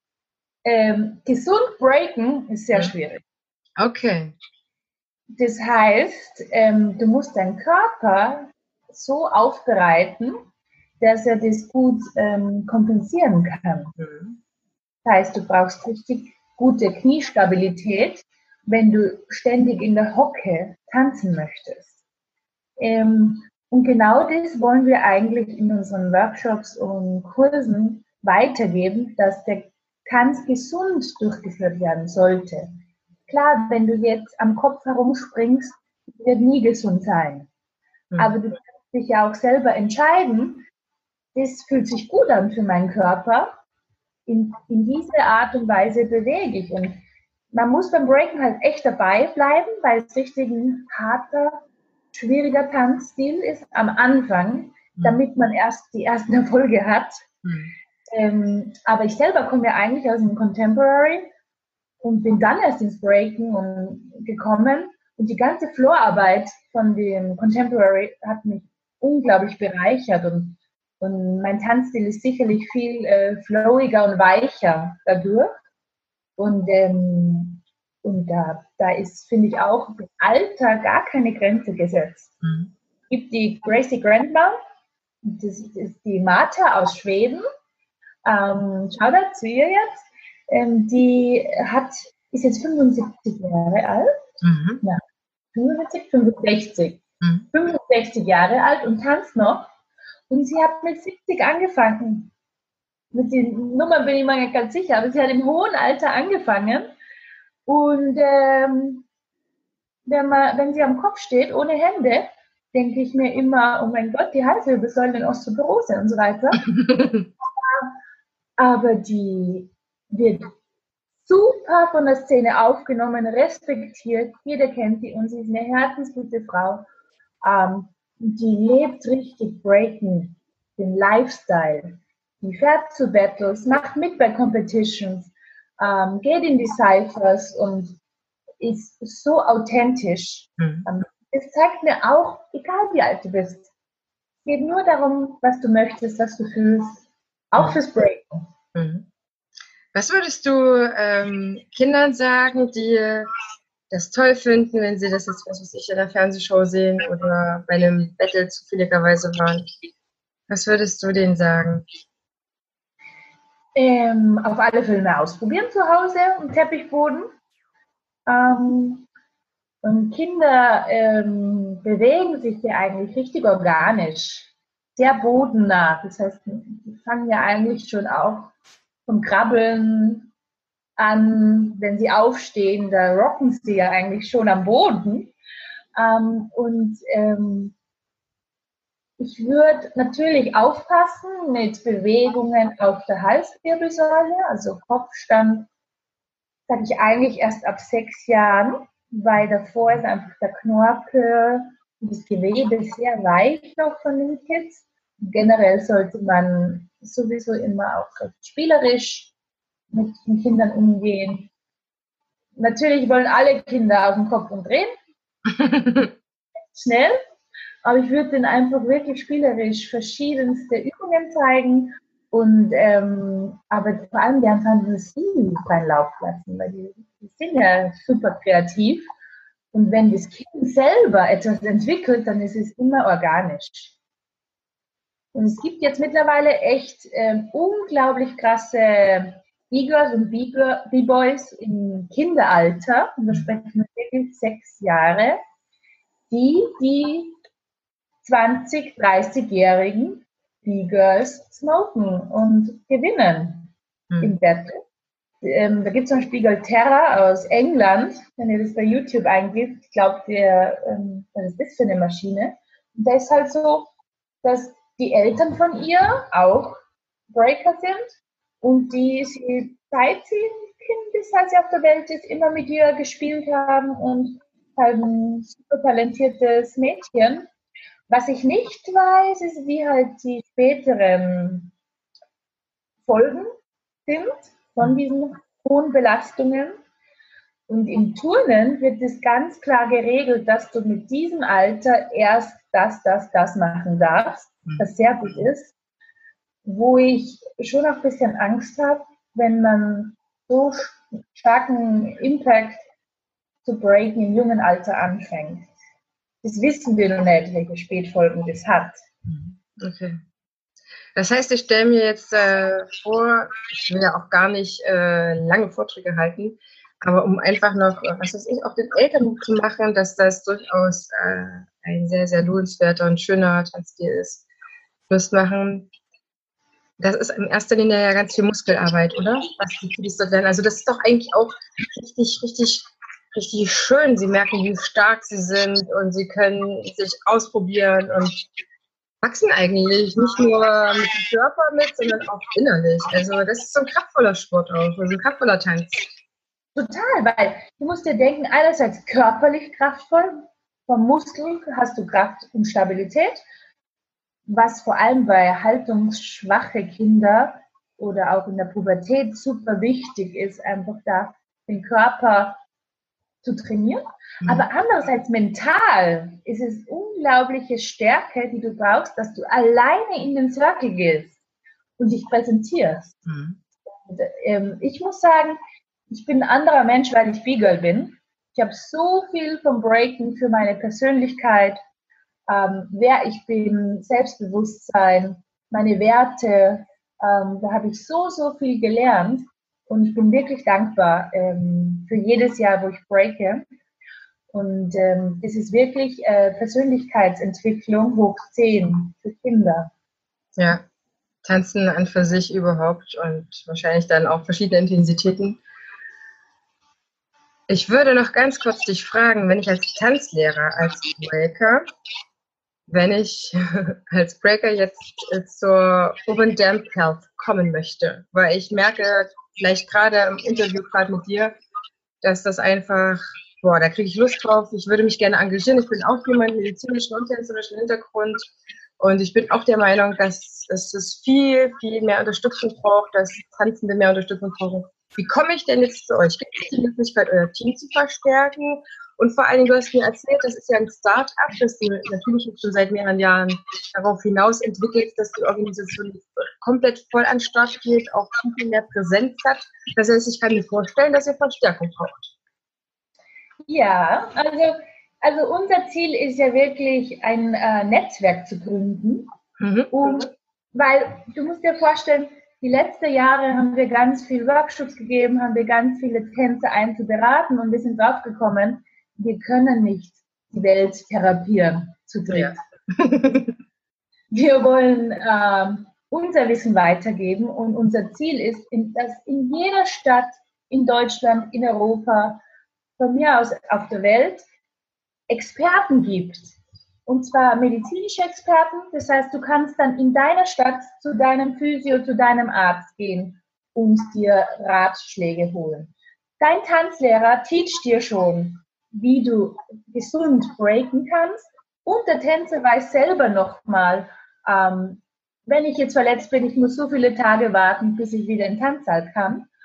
ähm, gesund breaken ist sehr schwierig. Okay. Das heißt, ähm, du musst deinen Körper so aufbereiten, dass er das gut ähm, kompensieren kann. Mhm. Das heißt, du brauchst richtig gute Kniestabilität, wenn du ständig in der Hocke tanzen möchtest. Ähm, und genau das wollen wir eigentlich in unseren Workshops und Kursen weitergeben, dass der Tanz gesund durchgeführt werden sollte. Klar, wenn du jetzt am Kopf herumspringst, wird nie gesund sein. Mhm. Aber du kannst dich ja auch selber entscheiden, das fühlt sich gut an für meinen Körper, in, in diese Art und Weise bewege ich. Und man muss beim Breaken halt echt dabei bleiben, weil es richtig ein harter, schwieriger Tanzstil ist am Anfang, damit man erst die ersten Erfolge hat. Mhm. Ähm, aber ich selber komme ja eigentlich aus dem Contemporary und bin dann erst ins Breaken und gekommen. Und die ganze Floorarbeit von dem Contemporary hat mich unglaublich bereichert. Und, und mein Tanzstil ist sicherlich viel äh, flowiger und weicher dadurch. Und, ähm, und da, da ist, finde ich, auch das Alter gar keine Grenze gesetzt. Mhm. Es gibt die Gracie Grandma, das ist die Martha aus Schweden. Ähm, Shoutout zu ihr jetzt. Ähm, die hat, ist jetzt fünfundsiebzig Jahre alt. Mhm. Ja, fünfundsiebzig, fünfundsechzig. Mhm. fünfundsechzig Jahre alt und tanzt noch. Und sie hat mit siebzig angefangen. Mit den Nummern bin ich mir nicht ganz sicher, aber sie hat im hohen Alter angefangen. Und ähm, wenn, man, wenn sie am Kopf steht, ohne Hände, denke ich mir immer, oh mein Gott, die Halswirbelsäule in Osteoporose und so weiter. Aber die wird super von der Szene aufgenommen, respektiert. Jeder kennt sie und sie ist eine herzensgute Frau. Ähm, die lebt richtig Breaking, den Lifestyle. Die fährt zu Battles, macht mit bei Competitions, ähm, geht in die Cyphers und ist so authentisch. Mhm. Ähm, es zeigt mir auch, egal wie alt du bist, es geht nur darum, was du möchtest, was du fühlst. Auch fürs Breaken. Mhm. Was würdest du ähm, Kindern sagen, die das toll finden, wenn sie das jetzt, was weiß ich, in der Fernsehshow sehen oder bei einem Battle zufälligerweise waren? Was würdest du denen sagen? Ähm, auf alle Fälle mal ausprobieren zu Hause im Teppichboden. Ähm, und Kinder ähm, bewegen sich ja eigentlich richtig organisch. Sehr bodennah. Das heißt, die fangen ja eigentlich schon auch vom Krabbeln an, wenn sie aufstehen, da rocken sie ja eigentlich schon am Boden. Ähm, und ähm, ich würde natürlich aufpassen mit Bewegungen auf der Halswirbelsäule, also Kopfstand, sage ich eigentlich erst ab sechs Jahren, weil davor ist einfach der Knorpel und das Gewebe sehr weich noch von den Kids. Generell sollte man sowieso immer auch spielerisch mit den Kindern umgehen. Natürlich wollen alle Kinder auf den Kopf umdrehen. Schnell. Aber ich würde denen einfach wirklich spielerisch verschiedenste Übungen zeigen und ähm, aber vor allem deren Fantasie freien Lauf lassen, weil die, die sind ja super kreativ. Und wenn das Kind selber etwas entwickelt, dann ist es immer organisch. Und es gibt jetzt mittlerweile echt ähm, unglaublich krasse E-Girls und B-Boys im Kinderalter, und da sprechen wir wirklich sechs Jahre, die die zwanzig-, dreißigjährigen B-Girls smoken und gewinnen mhm. im Battle. Ähm, da gibt es zum Beispiel Golterra aus England, wenn ihr das bei YouTube eingibt, ich glaube, ähm, was ist das für eine Maschine? Und da ist halt so, dass die Eltern von ihr auch Breaker sind und die sie, seit sie ein Kind ist, seit sie auf der Welt ist, immer mit ihr gespielt haben und halt ein super talentiertes Mädchen. Was ich nicht weiß, ist, wie halt die späteren Folgen sind von diesen hohen Belastungen. Und im Turnen wird es ganz klar geregelt, dass du mit diesem Alter erst das, das, das machen darfst, was sehr gut ist. Wo ich schon auch ein bisschen Angst habe, wenn man so starken Impact zu breaken im jungen Alter anfängt. Das wissen wir noch nicht, welche Spätfolgen das hat. Okay. Das heißt, ich stelle mir jetzt äh, vor, ich will ja auch gar nicht äh, lange Vorträge halten, aber um einfach noch, was weiß ich, auch den Eltern zu machen, dass das durchaus äh, ein sehr, sehr lohnenswerter und schöner Tanzstil ist. Lust machen. Das ist in erster Linie ja ganz viel Muskelarbeit, oder? Was die Kiddies dort lernen. Also das ist doch eigentlich auch richtig, richtig richtig schön. Sie merken, wie stark sie sind und sie können sich ausprobieren und wachsen eigentlich nicht nur mit dem Körper mit, sondern auch innerlich. Also das ist so ein kraftvoller Sport auch, also ein kraftvoller Tanz. Total, weil du musst dir denken, einerseits körperlich kraftvoll, vom Muskel hast du Kraft und Stabilität, was vor allem bei haltungsschwache Kinder oder auch in der Pubertät super wichtig ist, einfach da den Körper zu trainieren, mhm. aber andererseits mental ist es unglaubliche Stärke, die du brauchst, dass du alleine in den Circle gehst und dich präsentierst. Mhm. Und, ähm, ich muss sagen, ich bin ein anderer Mensch, weil ich B-Girl bin. Ich habe so viel vom Breaken für meine Persönlichkeit, ähm, wer ich bin, Selbstbewusstsein, meine Werte, ähm, da habe ich so, so viel gelernt. Und ich bin wirklich dankbar ähm, für jedes Jahr, wo ich breake. Und ähm, es ist wirklich äh, Persönlichkeitsentwicklung hoch zehn für Kinder. Ja, Tanzen an für sich überhaupt und wahrscheinlich dann auch verschiedene Intensitäten. Ich würde noch ganz kurz dich fragen, wenn ich als Tanzlehrer, als Breaker, wenn ich als Breaker jetzt zur Urban Dance Health kommen möchte, weil ich merke, vielleicht gerade im Interview gerade mit dir, dass das einfach, boah, da kriege ich Lust drauf, ich würde mich gerne engagieren, ich bin auch jemand mit medizinischen und tänzerischen Hintergrund und ich bin auch der Meinung, dass, dass es viel, viel mehr Unterstützung braucht, dass Tanzende mehr Unterstützung brauchen. Wie komme ich denn jetzt zu euch? Gibt es die Möglichkeit, euer Team zu verstärken? Und vor allen Dingen, du hast mir erzählt, das ist ja ein Start-up, das du natürlich schon seit mehreren Jahren darauf hinaus entwickelt, dass die Organisation komplett voll an Start geht, auch viel mehr Präsenz hat. Das heißt, ich kann mir vorstellen, dass ihr Verstärkung braucht. Ja, also, also unser Ziel ist ja wirklich, ein äh, Netzwerk zu gründen. Mhm. Und, weil du musst dir vorstellen, die letzten Jahre haben wir ganz viel Workshops gegeben, haben wir ganz viele Tänzer einzuberaten und wir sind draufgekommen, wir können nicht die Welt therapieren zu dritt. Ja. Wir wollen ähm, unser Wissen weitergeben und unser Ziel ist, in, dass in jeder Stadt in Deutschland, in Europa, von mir aus auf der Welt, Experten gibt. Und zwar medizinische Experten. Das heißt, du kannst dann in deiner Stadt zu deinem Physio, zu deinem Arzt gehen und dir Ratschläge holen. Dein Tanzlehrer teacht dir schon, wie du gesund breaken kannst. Und der Tänzer weiß selber nochmal, ähm, wenn ich jetzt verletzt bin, ich muss so viele Tage warten, bis ich wieder in den Tanzsaal kann.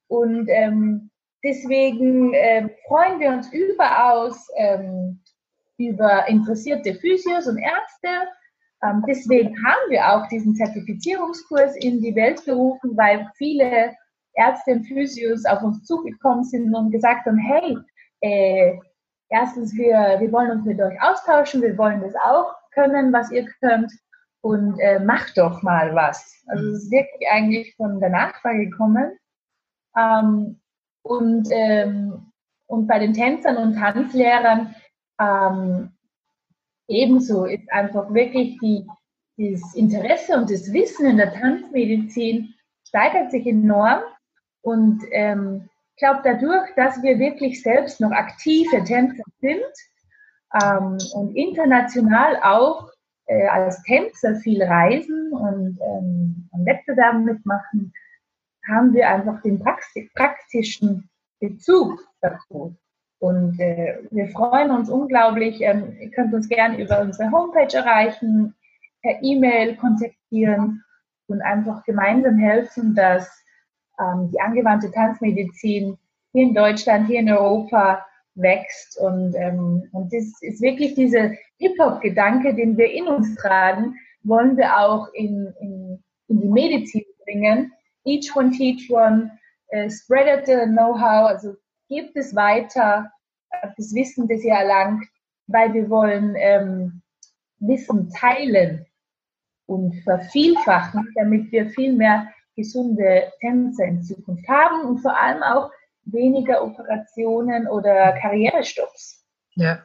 Und ähm, deswegen äh, freuen wir uns überaus ähm, über interessierte Physios und Ärzte. Ähm, deswegen haben wir auch diesen Zertifizierungskurs in die Welt gerufen, weil viele Ärzte und Physios auf uns zugekommen sind und gesagt haben, hey, äh, erstens, wir, wir wollen uns mit euch austauschen, wir wollen das auch können, was ihr könnt, und äh, macht doch mal was. Also es ist wirklich eigentlich von der Nachfrage gekommen. Ähm, und, ähm, und bei den Tänzern und Tanzlehrern ähm, ebenso ist einfach wirklich die, das Interesse und das Wissen in der Tanzmedizin steigert sich enorm. Und ähm, ich glaube, dadurch, dass wir wirklich selbst noch aktive Tänzer sind ähm, und international auch äh, als Tänzer viel reisen und ähm, an Wettbewerben mitmachen, haben wir einfach den praktischen Bezug dazu. Und äh, wir freuen uns unglaublich. Ähm, ihr könnt uns gerne über unsere Homepage erreichen, per E-Mail kontaktieren und einfach gemeinsam helfen, dass ähm, die angewandte Tanzmedizin hier in Deutschland, hier in Europa wächst. Und, ähm, und das ist wirklich dieser Hip-Hop-Gedanke, den wir in uns tragen, wollen wir auch in, in, in die Medizin bringen. Each one teach one, uh, spread the know-how, also gebt es weiter, das Wissen, das ihr erlangt, weil wir wollen ähm, Wissen teilen und vervielfachen, damit wir viel mehr gesunde Tänzer in Zukunft haben und vor allem auch weniger Operationen oder Karrierestopps. Ja.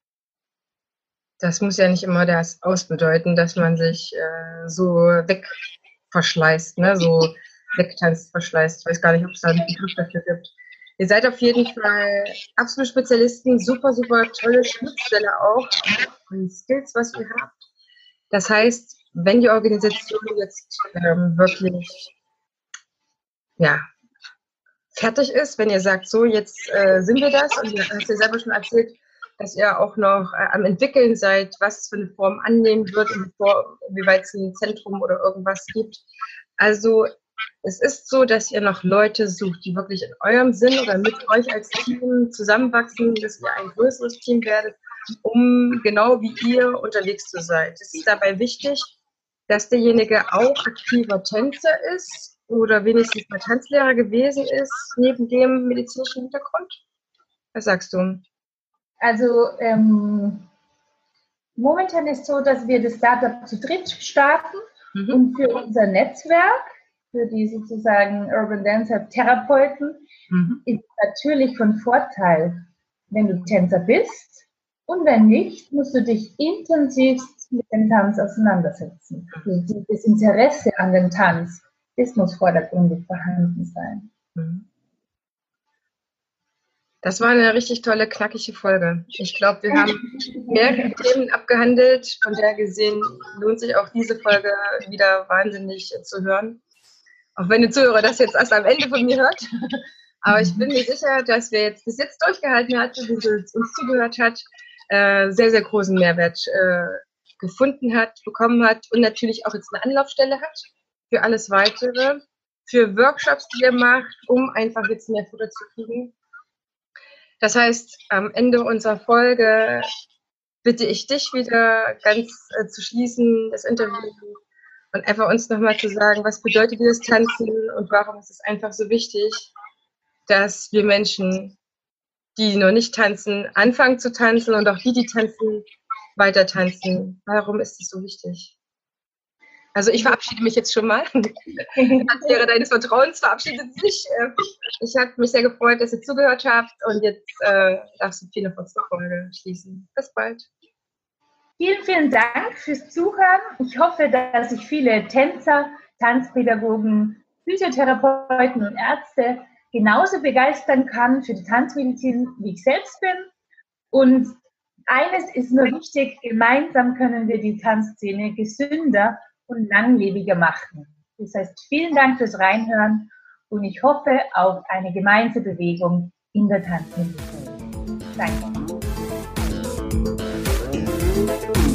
Das muss ja nicht immer das ausbedeuten, dass man sich äh, so wegverschleißt, ne? So wegtanzt, verschleißt. Ich weiß gar nicht, ob es da einen Begriff dafür gibt. Ihr seid auf jeden Fall absolute Spezialisten, super, super tolle Schnittstelle auch und Skills, was ihr habt. Das heißt, wenn die Organisation jetzt ähm, wirklich ja, fertig ist, wenn ihr sagt, so, jetzt äh, sind wir das, und ihr habt ja selber schon erzählt, dass ihr auch noch äh, am Entwickeln seid, was es für eine Form annehmen wird und wie weit es ein Zentrum oder irgendwas gibt. Also es ist so, dass ihr noch Leute sucht, die wirklich in eurem Sinn oder mit euch als Team zusammenwachsen, dass ihr ein größeres Team werdet, um genau wie ihr unterwegs zu sein. Es ist dabei wichtig, dass derjenige auch aktiver Tänzer ist oder wenigstens mal Tanzlehrer gewesen ist, neben dem medizinischen Hintergrund. Was sagst du? Also ähm, momentan ist es so, dass wir das Startup zu dritt starten mhm. und für unser Netzwerk, für die sozusagen Urban Dance Therapeuten, mhm. ist natürlich von Vorteil, wenn du Tänzer bist, und wenn nicht, musst du dich intensiv mit dem Tanz auseinandersetzen. Also das Interesse an dem Tanz, das muss vordergründig vorhanden sein. Mhm. Das war eine richtig tolle, knackige Folge. Ich glaube, wir haben mehrere Themen abgehandelt. Von der gesehen lohnt sich auch diese Folge wieder wahnsinnig zu hören. Auch wenn der Zuhörer das jetzt erst am Ende von mir hört. Aber ich bin mir sicher, dass wer jetzt bis jetzt durchgehalten hat und uns zugehört hat, äh, sehr, sehr großen Mehrwert äh, gefunden hat, bekommen hat und natürlich auch jetzt eine Anlaufstelle hat für alles Weitere, für Workshops, die ihr macht, um einfach jetzt mehr Futter zu kriegen. Das heißt, am Ende unserer Folge bitte ich dich wieder ganz äh, zu schließen, das Interview, und einfach uns nochmal zu sagen, was bedeutet dieses Tanzen und warum ist es einfach so wichtig, dass wir Menschen, die noch nicht tanzen, anfangen zu tanzen und auch die, die tanzen, weiter tanzen. Warum ist es so wichtig? Also ich verabschiede mich jetzt schon mal. Als Lehrer deines Vertrauens verabschiedet sich. Ich habe mich sehr gefreut, dass ihr zugehört habt, und jetzt äh, darfst du viel auf unsere Folge schließen. Bis bald. Vielen, vielen Dank fürs Zuhören. Ich hoffe, dass ich viele Tänzer, Tanzpädagogen, Physiotherapeuten und Ärzte genauso begeistern kann für die Tanzmedizin, wie ich selbst bin. Und eines ist nur wichtig: gemeinsam können wir die Tanzszene gesünder und langlebiger machen. Das heißt, vielen Dank fürs Reinhören, und ich hoffe auf eine gemeinsame Bewegung in der Tanzmedizin. Danke.